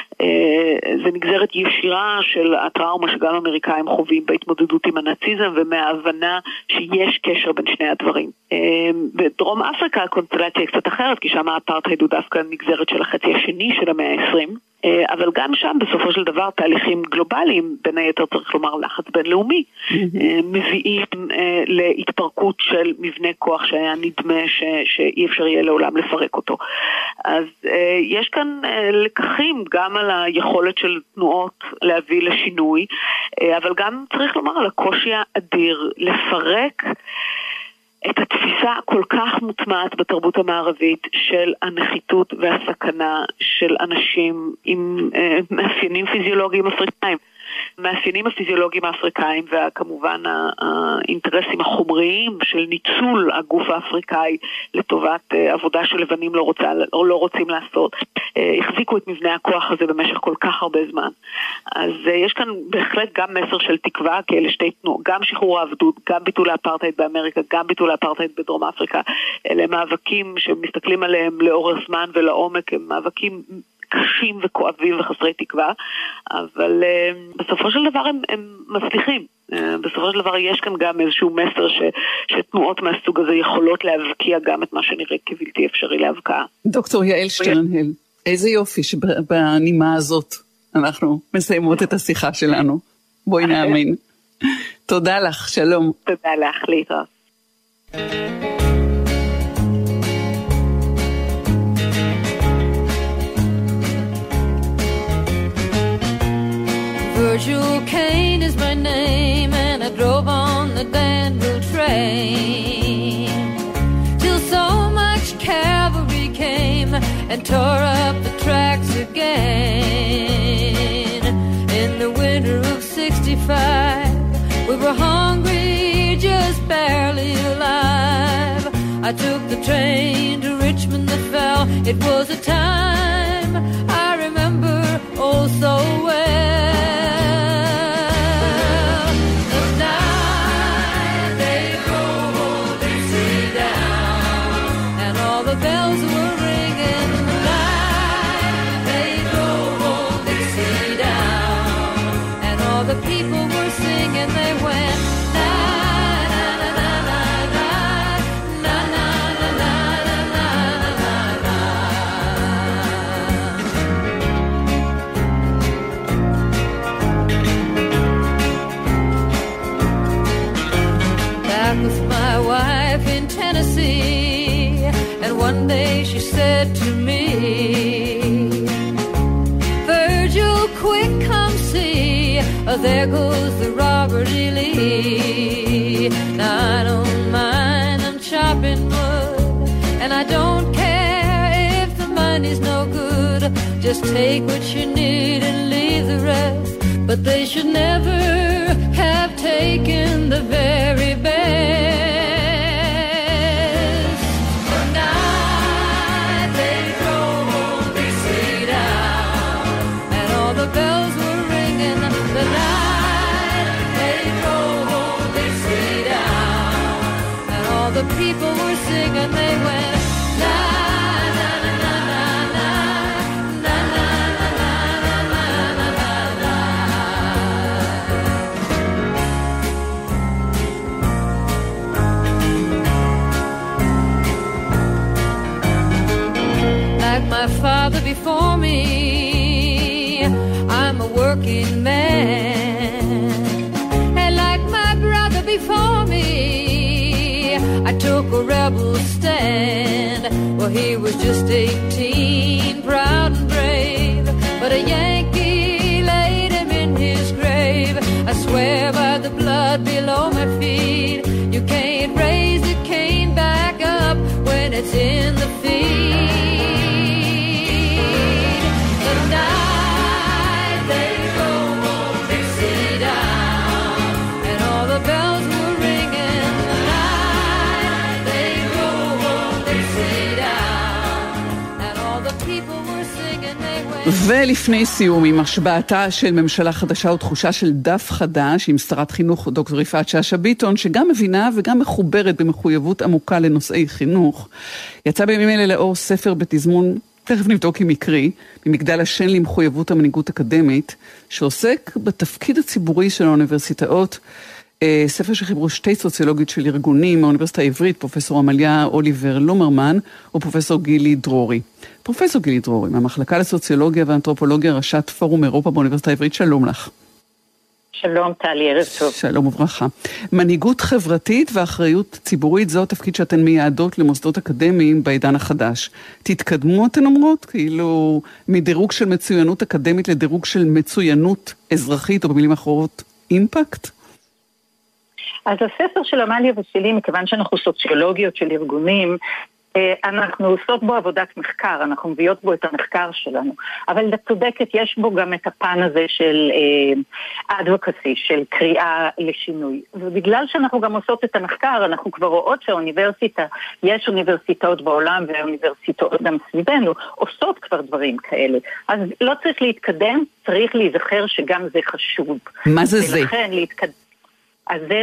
זה נגזרת ישירה של הטראומה שגם האמריקאים חווים בהתמודדות עם הנאציזם, ומההבנה שיש קשר בין שני הדברים. בדרום אפריקה הקונסטלציה היא קצת אחרת, כי שם האפרטהייד הוא דווקא נגזרת של החצי השני של המאה ה-20, אבל גם שם בסופו של דבר תהליכים גלובליים, בין היתר צריך לומר לחץ בינלאומי, מביאים להתפרקות של מבנה כוח שהיה נדמה שאי אפשר יהיה לעולם לפרק אותו. אז יש כאן לקחים גם על היכולת של תנועות להביא לשינוי, אבל גם צריך לומר על הקושי האדיר לפרק את התפיסה הכל כך מוטמעת בתרבות המערבית של הנחיתות והסכנה של אנשים עם מאפיינים פיזיולוגיים אפריקאים. מאפיינים הפיזיולוגיים האפריקאים וכמובן האינטרסים החומריים של ניצול הגוף האפריקאי לטובת עבודה שלבנים לא רוצים לעשות, החזיקו את מבנה הכוח הזה במשך כל כך הרבה זמן. אז יש כאן בהחלט גם מסר של תקווה, כי אלה שתי תנועות, גם שחרור העבדות, גם ביטול האפרטהייד באמריקה, גם ביטול האפרטהייד בדרום אפריקה. אלה מאבקים שמסתכלים עליהם לאורך זמן ולעומק, הם מאבקים קשים וכואבים וחסרי תקווה, אבל בסופו של דבר הם מצליחים. בסופו של דבר יש כאן גם איזשהו מסר שתנועות מהסוג הזה יכולות להבקיע גם את מה שנראה כבלתי אפשרי להבקעה. דוקטור יעל שטרנהל, איזה יופי שבנימה הזאת אנחנו מסיימות את השיחה שלנו. בואי נאמין. תודה לך, שלום. תודה לך, להתראות. and tore up the tracks again. In the winter of 65, we were hungry, just barely alive. I took the train to Richmond that fell. It was a time I remember oh so well. The night they drove old Dixie down, and all the bells were ringing. The night they drove old Dixie down, and all the people were singing. They went na na na na na na na na na na na. Back with my wife in Tennessee, and one day she said to me, Virgil, quick, come see, there goes the Robert E. Lee. Now I don't mind, I'm chopping wood, and I don't care if the money's no good. Just take what you need and leave the rest. But they should never have taken the very best. The night they drove old Dixie down, and all the bells were ringing. The night they drove old Dixie down, and all the people were singing. They went na na na na na na na na na na na. Like my father before me, I'm a working man. And like my brother before me, I took a rebel stand. Well, he was just 18, proud and brave, but a Yankee laid him in his grave. I swear by the blood below my feet, you can't raise the cane back up when it's in the feed. The night they drove old Dixie down, and all the bells were ringing. The night they drove old Dixie down, and all the people were singing. They went. ולפני סיום, עם השבעתה של ממשלה חדשה ותחושה של דף חדש, עם שרת חינוך דוקטור יפעת שאשא ביטון, שגם מבינה וגם מחוברת במחויבות עמוקה לנושאי חינוך, יצא בימים אלה לאור ספר בתזמון, תכף נבדוק עם מקרי, ממגדל השן למחויבות המנהיגות אקדמית, שעוסק בתפקיד הציבורי של האוניברסיטאות, ספר שחיברו שתי סוציולוגיות של ארגונים מהאוניברסיטה העברית, פרופסור עמליה אוליבר לומרמן ופרופסור גילי דרורי. פרופסור גילי דרורי, מהמחלקה לסוציולוגיה ואנתרופולוגיה, ראשת פורום אירופה באוניברסיטה העברית, שלום לך. שלום טלי, ערב טוב. שלום וברכה. מנהיגות חברתית ואחריות ציבורית, זו התפקיד שאתן מייעדות למוסדות אקדמיים בעידן החדש. תתקדמו, אתן אומרות, כאילו מדירוג של מצוינות אקדמית לדירוג של מצוינות אזרחית, או במילים אחרות, אימפקט? אז הספר של עמליה ושלי, מכיוון שאנחנו סוציולוגיות של ארגונים, אנחנו עושות בו עבודת מחקר, אנחנו מביאות בו את המחקר שלנו, אבל צודקת, יש בו גם את הפן הזה של אדבוקסי, של קריאה לשינוי, ובגלל שאנחנו גם עושות את המחקר, אנחנו כבר רואות שהאוניברסיטה, יש אוניברסיטאות בעולם והאוניברסיטאות גם סביבנו, עושות כבר דברים כאלה, אז לא צריך להתקדם, צריך להיזכר שגם זה חשוב. מה זה זה? אז זה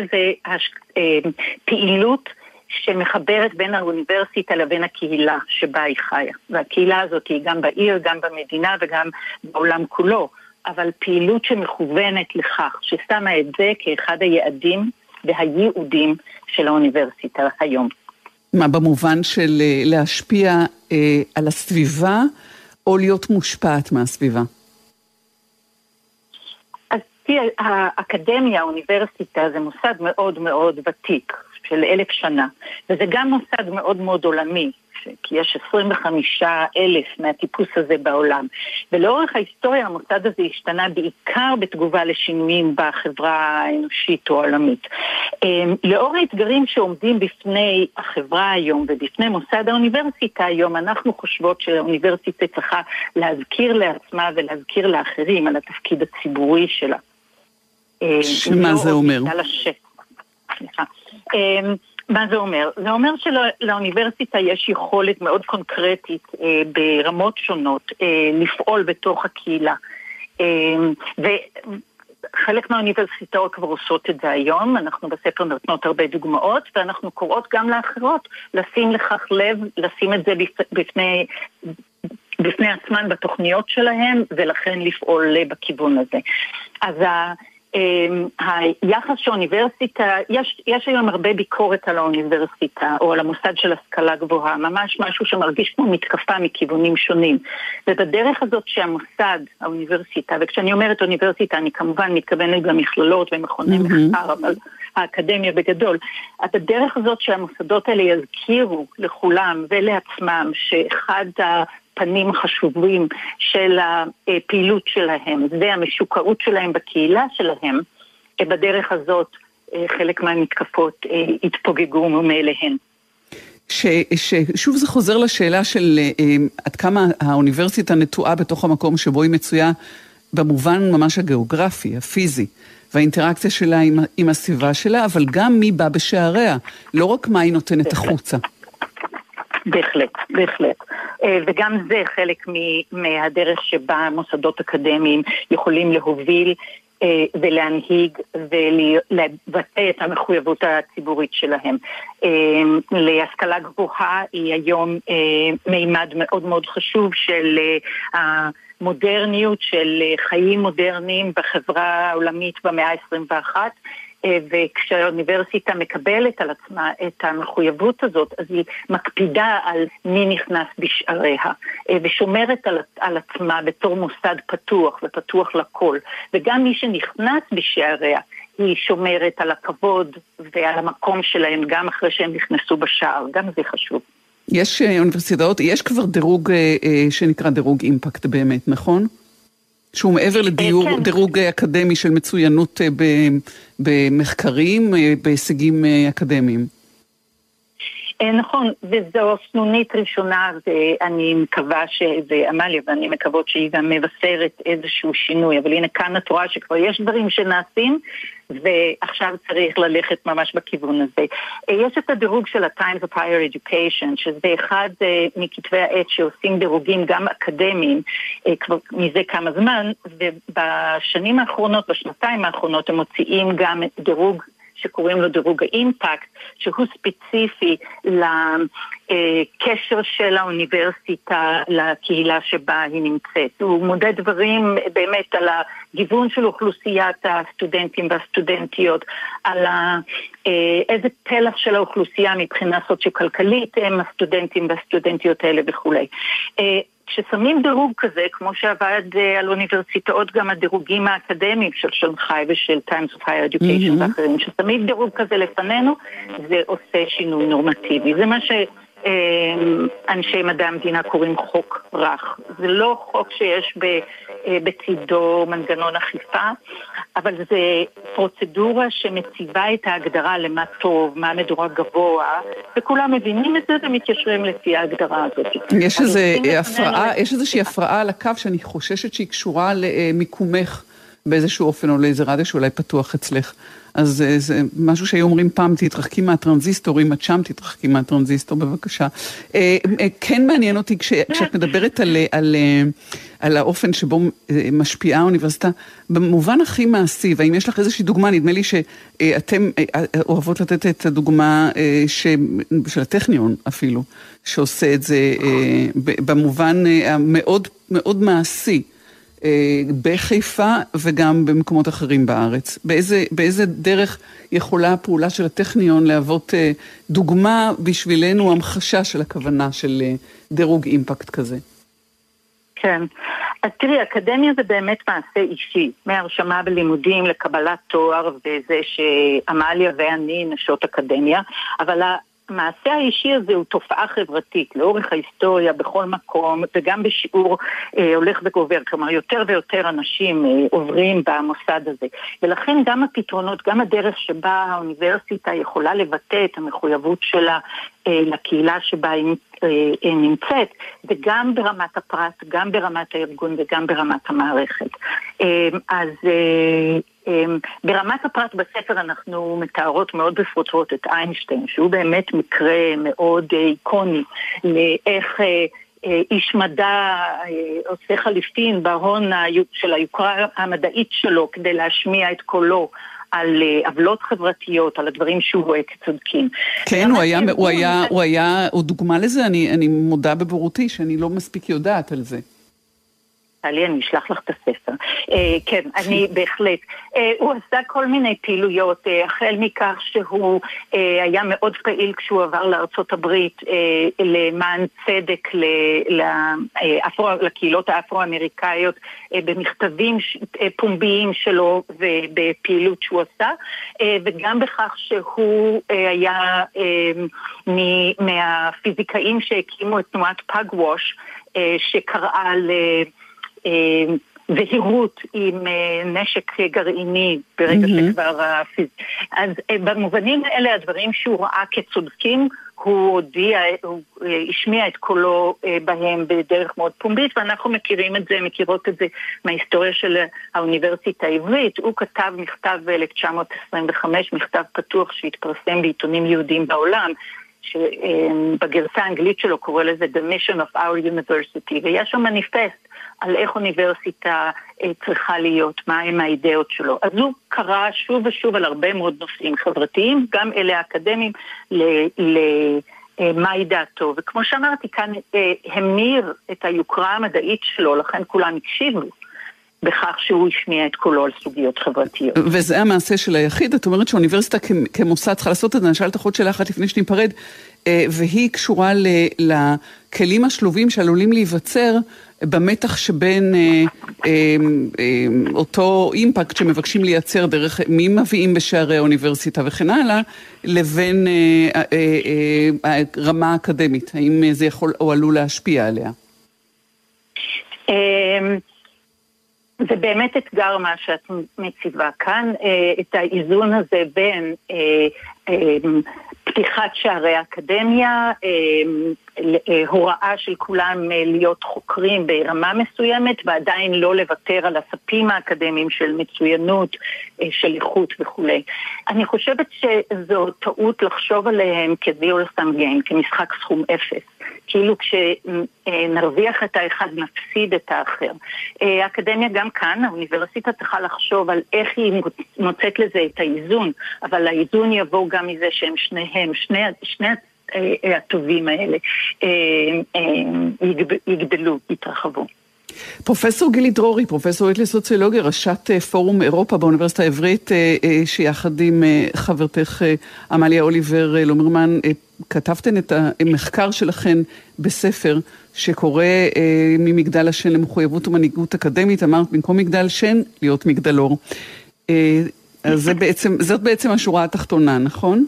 פעילות שמחברת בין האוניברסיטה לבין הקהילה שבה היא חיה. והקהילה הזאת היא גם בעיר, גם במדינה וגם בעולם כולו. אבל פעילות שמכוונת לכך, ששמה את זה כאחד היעדים והייעודים של האוניברסיטה היום. מה, במובן של להשפיע על הסביבה או להיות מושפעת מהסביבה? האקדמיה, האוניברסיטה, זה מוסד מאוד מאוד ותיק, של 1,000 שנה, וזה גם מושג מאוד מאוד עולמי, כי יש 25,000 מהטיפוס הזה בעולם. ולאורך ההיסטוריה המוסד הזה השתנה בעיקר בתגובה לשינויים בחברה האנושית או העולמית. לאור האתגרים שעומדים בפני החברה היום ובפני מוסד האוניברסיטה היום, אנחנו חושבות שהאוניברסיטה צריכה להזכיר לעצמה ולהזכיר לאחרים על התפקיד הציבורי שלה. שמה זה אומר? סליחה. מה זה אומר? זה אומר שלאוניברסיטה יש יכולת מאוד קונקרטית ברמות שונות לפעול בתוך הקהילה. וחלק מהאוניברסיטאות כבר עושות את זה היום, אנחנו בספר נותנות הרבה דוגמאות, ואנחנו קוראות גם לאחרות לשים לכך לב, לשים את זה בפני עצמן בתוכניות שלהם, ולכן לפעול בכיוון הזה. אז היחס שהאוניברסיטה, יש היום הרבה ביקורת על האוניברסיטה או על המוסד של השכלה גבוהה, ממש משהו שמרגיש כמו מתקפה מכיוונים שונים. ובדרך הזאת שהמוסד, האוניברסיטה, וכשאני אומרת אוניברסיטה אני כמובן מתכוונת גם מכללות ומכוני מחקר, אבל האקדמיה בגדול, בדרך הזאת שהמוסדות האלה יזכירו לכולם ולעצמם שאחד הפנים החשובים של הפעילות שלהם והמשוקרות שלהם בקהילה שלהם, בדרך הזאת חלק מהמתקפות התפוגגו מאליהן. שוב זה חוזר לשאלה של עד כמה האוניברסיטה נטועה בתוך המקום שבו היא מצויה במובן ממש הגיאוגרפי, הפיזי, והאינטראקציה שלה עם הסביבה שלה, אבל גם מי בא בשעריה, לא רק מה היא נותנת החוצה. בהחלט, בהחלט. וגם זה חלק מהדרך שבה מוסדות אקדמיים יכולים להוביל ולהנהיג ולבטא את המחויבות הציבורית שלהם. להשכלה גבוהה היא היום מימד מאוד מאוד חשוב של המודרניות, של חיים מודרניים בחברה העולמית במאה ה-21, וכשהאוניברסיטה מקבלת על עצמה את המחויבות הזאת, אז היא מקפידה על מי נכנס בשעריה, ושומרת על עצמה בתור מוסד פתוח ופתוח לכל, וגם מי שנכנס בשעריה, היא שומרת על הכבוד ועל המקום שלהם, גם אחרי שהם נכנסו בשער, גם זה חשוב. יש אוניברסיטאות, יש כבר דירוג שנקרא דירוג אימפקט באמת, נכון? שהוא מעבר לדירוג אקדמי של מצוינות במחקרים, בהישגים אקדמיים. נכון, וזו סנונית ראשונה, ואני מקווה שזה עמליה, ואני מקוות שהיא גם מבשרת איזשהו שינוי, אבל הנה כאן את רואה שכבר יש דברים שנעשים, ועכשיו צריך ללכת ממש בכיוון הזה. יש את הדירוג של ה-Times of Higher Education, שזה אחד מכתבי העת שעושים דירוגים גם אקדמיים, כבר מזה כמה זמן, ובשנים האחרונות, בשנתיים האחרונות, הם מוציאים גם דירוג שקוראים לו דירוג האימפקט, שהוא ספציפי לקשר של האוניברסיטה לקהילה שבה היא נמצאת. הוא מודד דברים באמת על הגיוון של אוכלוסיית הסטודנטים והסטודנטיות, על איזה פלח של האוכלוסייה מבחינה סוציו-כלכלית הם הסטודנטים והסטודנטיות האלה וכו'. כששמים דירוג כזה, כמו שעבד על אוניברסיטאות גם הדירוגים האקדמיים של שנגחאי ושל Times of Higher Education ואחרים, כששמים דירוג כזה לפנינו, זה עושה שינוי נורמטיבי. זה מה שאנשי מדע המדינה קוראים חוק רך. זה לא חוק שיש בצידו מנגנון אכיפה, אבל זה פרוצדורה שמציבה את ההגדרה למה טוב, מה מדורג גבוה, וכולם מבינים את זה ומתיישרים לפי ההגדרה הזאת. יש איזושהי הפרעה על הקו שאני חוששת שהיא קשורה למיקומך באיזשהו אופן או לאיזה רדיו שאולי פתוח אצלך. אז זה משהו שהיו אומרים פעם, תתרחקי מהטרנזיסטור, אם את שם תתרחקי מהטרנזיסטור, בבקשה. כן מעניין אותי כשאת מדברת על האופן שבו משפיעה האוניברסיטה, במובן הכי מעשי, והאם יש לך איזושהי דוגמה, נדמה לי שאתם אוהבות לתת את הדוגמה של הטכניון אפילו, שעושה את זה במובן המאוד מאוד מעשי, בחיפה וגם במקומות אחרים בארץ. באיזה דרך יכולה הפעולה של הטכניון להוות דוגמה בשבילנו, המחשה של הכוונה של דירוג אימפקט כזה? כן. אז תראי, אקדמיה זה באמת מעשה אישי, מהרשמה בלימודים לקבלת תואר, וזה שעמליה ואני נשות אקדמיה, אבל המעשה האישי הזה הוא תופעה חברתית, לאורך ההיסטוריה, בכל מקום, וגם בשיעור הולך וגובר, כלומר יותר ויותר אנשים עוברים במוסד הזה, ולכן גם הפתרונות, גם הדרך שבה האוניברסיטה יכולה לבטא את המחויבות שלה לקהילה שבה היא נמצאת, וגם ברמת הפרט, גם ברמת הארגון וגם ברמת המערכת. אז ברמת הפרט בספר אנחנו מתארות מאוד בפרוטרוט את איינשטיין, שהוא באמת מקרה מאוד איקוני לאיך איש מדע עושה חליפין בהון של היוקרה המדעית שלו כדי להשמיע את קולו על עוולות חברתיות, על הדברים שהוא רואה כצודקים. כן, הוא דוגמה לזה, אני מודה בבורותי שאני לא מספיק יודעת על זה. טלי, אני אשלח לך את הספר. כן, אני בהחלט. הוא עשה כל מיני פעילויות, החל מכך שהוא היה מאוד פעיל כשהוא עבר לארצות הברית למען צדק לקהילות האפרו-אמריקאיות, במכתבים פומביים שלו ובפעילות שהוא עשה, וגם בכך שהוא היה מהפיזיקאים שהקימו את תנועת פאגווש, שקראה והירות עם נשק גרעיני ברגע שכבר אז במובנים האלה הדברים שהוא ראה כצודקים הוא השמיע את קולו בהם בדרך מאוד פומבית, ואנחנו מכירות את זה מההיסטוריה של האוניברסיטה העברית. הוא כתב מכתב ב-1925, מכתב פתוח שהתפרסם בעיתונים יהודיים בעולם, שבגרסה האנגלית שלו קורא לזה The Mission of Our University, ויש שם מניפסט על איך אוניברסיטה צריכה להיות, מה הם האידאות שלו. אז הוא קרא שוב ושוב על הרבה מאוד נושאים חברתיים, גם אלה האקדמיים, מהי דעתו. וכמו שאמרתי, כאן המיר את היוקרה המדעית שלו, לכן כולם הקשיבו בכך שהוא השמיע את קולו על סוגיות חברתיות. וזה המעשה של היחיד. את אומרת שאוניברסיטה כמוסד צריכה לעשות את זה. אני שאלת אחות שאלה אחת לפני שניפרד, והיא קשורה לכלים השלובים שעלולים להיווצר במתח שבין אותו אימפקט שמבקשים לייצר דרך מי מביאים בשערי האוניברסיטה וכן הלאה, לבין רמה אקדמית. האם זה יכול או עלול להשפיע עליה? זה באמת אתגר מה שאת מציבה כאן, את האיזון הזה בין פתיחת שערי האקדמיה, הוראה של כולם להיות חוקרים ברמה מסוימת, ועדיין לא לוותר על הספים האקדמיים של מצוינות, של איכות וכו'. אני חושבת שזו טעות לחשוב עליהם כ-zero sum game, כמשחק סכום אפס. כאילו כשנרוויח את האחד נפסיד את האחר. האקדמיה גם כאן, האוניברסיטה צריכה לחשוב על איך היא מוצאת לזה את האיזון, אבל האיזון יבוא גם מזה שהם שניהם, שני הטובים האלה יגדלו, יתרחבו. פרופסור גילי דרורי, פרופסורית לסוציולוגיה, ראשת פורום אירופה באוניברסיטה העברית, שיחד עם חברתך עמליה אוליבר לומרמן, כתבתן את המחקר שלכן בספר שקורא ממגדל השן למחויבות ומנהיגות אקדמית, אמרת במקום מגדל שן להיות מגדלור. אז זאת בעצם השורה התחתונה, נכון?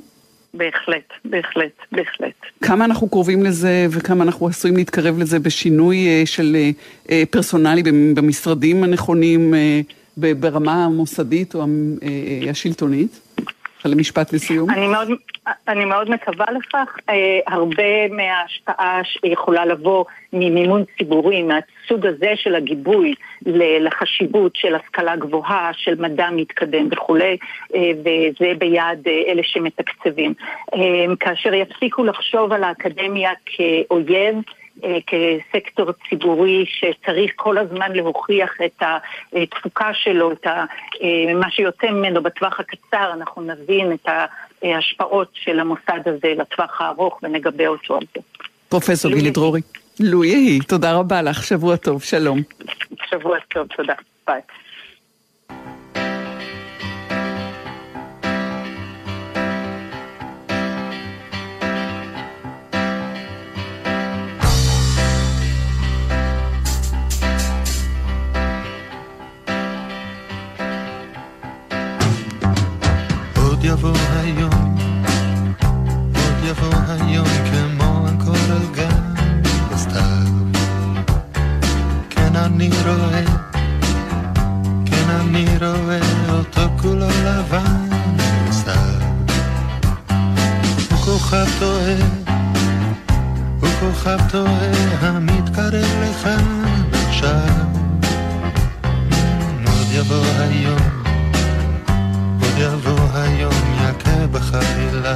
בהחלט. כמה אנחנו קרובים לזה וכמה אנחנו עשויים להתקרב לזה בשינוי של פרסונלי במשרדים הנכונים ברמה המוסדית או השלטונית? למשפט לסיום. אני מאוד מקווה לכך. הרבה מההשפעה שיכולה לבוא ממימון ציבורי, מהסוג הזה של הגיבוי לחשיבות של השכלה גבוהה, של מדע מתקדם וכו', וזה ביד אלה שמתקצבים. כאשר יפסיקו לחשוב על האקדמיה כאויב, כסקטור ציבורי שצריך כל הזמן להוכיח את התפוקה שלו, את מה שיוצא ממנו בטווח הקצר, אנחנו נבין את ההשפעות של המוסד הזה לטווח הארוך ונגבה אותו על זה. פרופסור גילי דרורי, לו יהי, תודה רבה לך, שבוע טוב, שלום. שבוע טוב, תודה, ביי. תוהה המתקרב לכאן עכשיו. עוד יבוא היום, עוד יבוא היום, יכה בחלילה.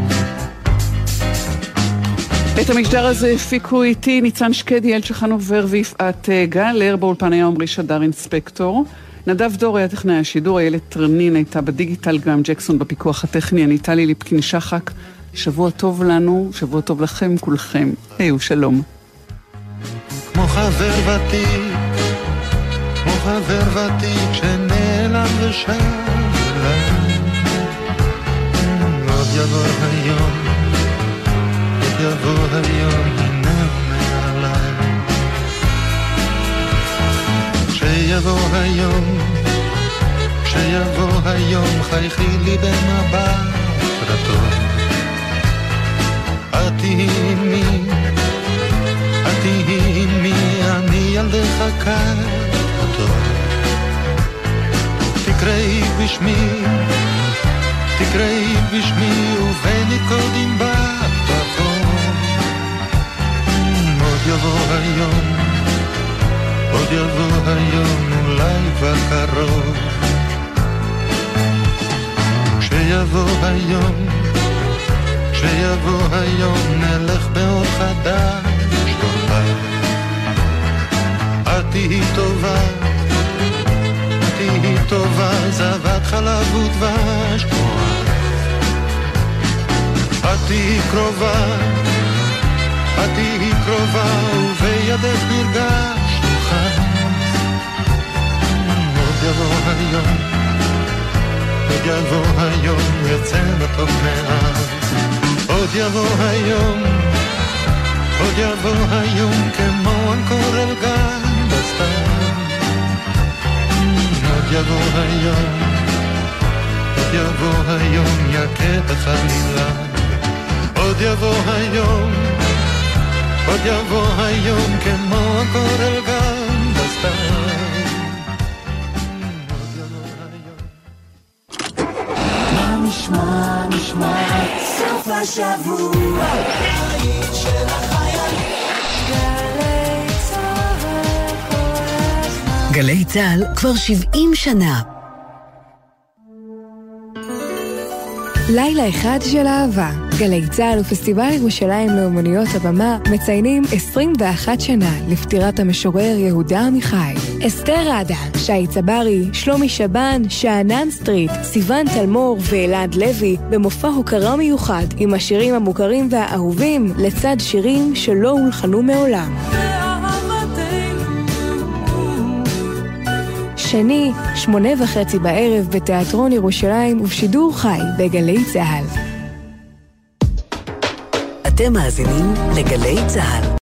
את המשדר הזה הפיקו איתי ניצן שקדי, אלצ'ה חנובר ויפעת גלר, באולפן היה עמרי שדר אינספקטור. נדב דור היה טכנאי השידור, איילת טרנין הייתה בדיגיטל, גם ג'קסון בפיקוח הטכני, אני טלי ליפקין שחק. שבוע טוב לנו, שבוע טוב לכם כולכם. היו שלום. כמו חבר ותיק, כמו חבר ותיק שנעלם ושב אליי. עוד יבוא היום, עוד יבוא היום, הנה מעליי. כשיבוא היום, כשיבוא היום, חייכי לי במבט רטוב. את תהי עמי, את תהי עמי, אני ילדך כתוב. תקראי בשמי, תקראי בשמי, ובניקודים בפחון. עוד יבוא היום, עוד יבוא היום, אולי כבר קרוב. כשיבוא היום, כשיבוא היום, נלך בעוד חדש אולי. את תהי טובה, את תהי טובה, זבת חלב ודבש כמוה. את תהי קרובה, את תהי קרובה, ובידך נרגש נוחה. עוד יבוא היום, עוד יבוא היום, יצא מתוק מאז. עוד יבוא היום, עוד יבוא היום, כמו אנקור אל גן בסתיו. עוד יבוא היום, עוד יבוא היום, יכה בחלילה. עוד יבוא היום, עוד יבוא היום, כמו אנקור אל גן בסתיו. נשמע, נשמע, סוף השבוע, היית של החיילים. גלי צהל כל הזמן. גלי צהל כבר 70 שנה. לילה אחד של אהבה. גלי צהל ופסטיבל ירושלים לאומנויות הבמה מציינים 21 שנה לפטירת המשורר יהודה עמיחי. אסתר ראדה, שי צברי, שלומי שבן, שאנן סטריט, סיוון תלמור ואלעד לוי במופע הוקרה מיוחד עם השירים המוכרים והאהובים לצד שירים שלא הולחנו מעולם. שני, 8:30 בערב בתיאטרון ירושלים ובשידור חי בגלי צהל. אתם מאזינים לגלי צהל.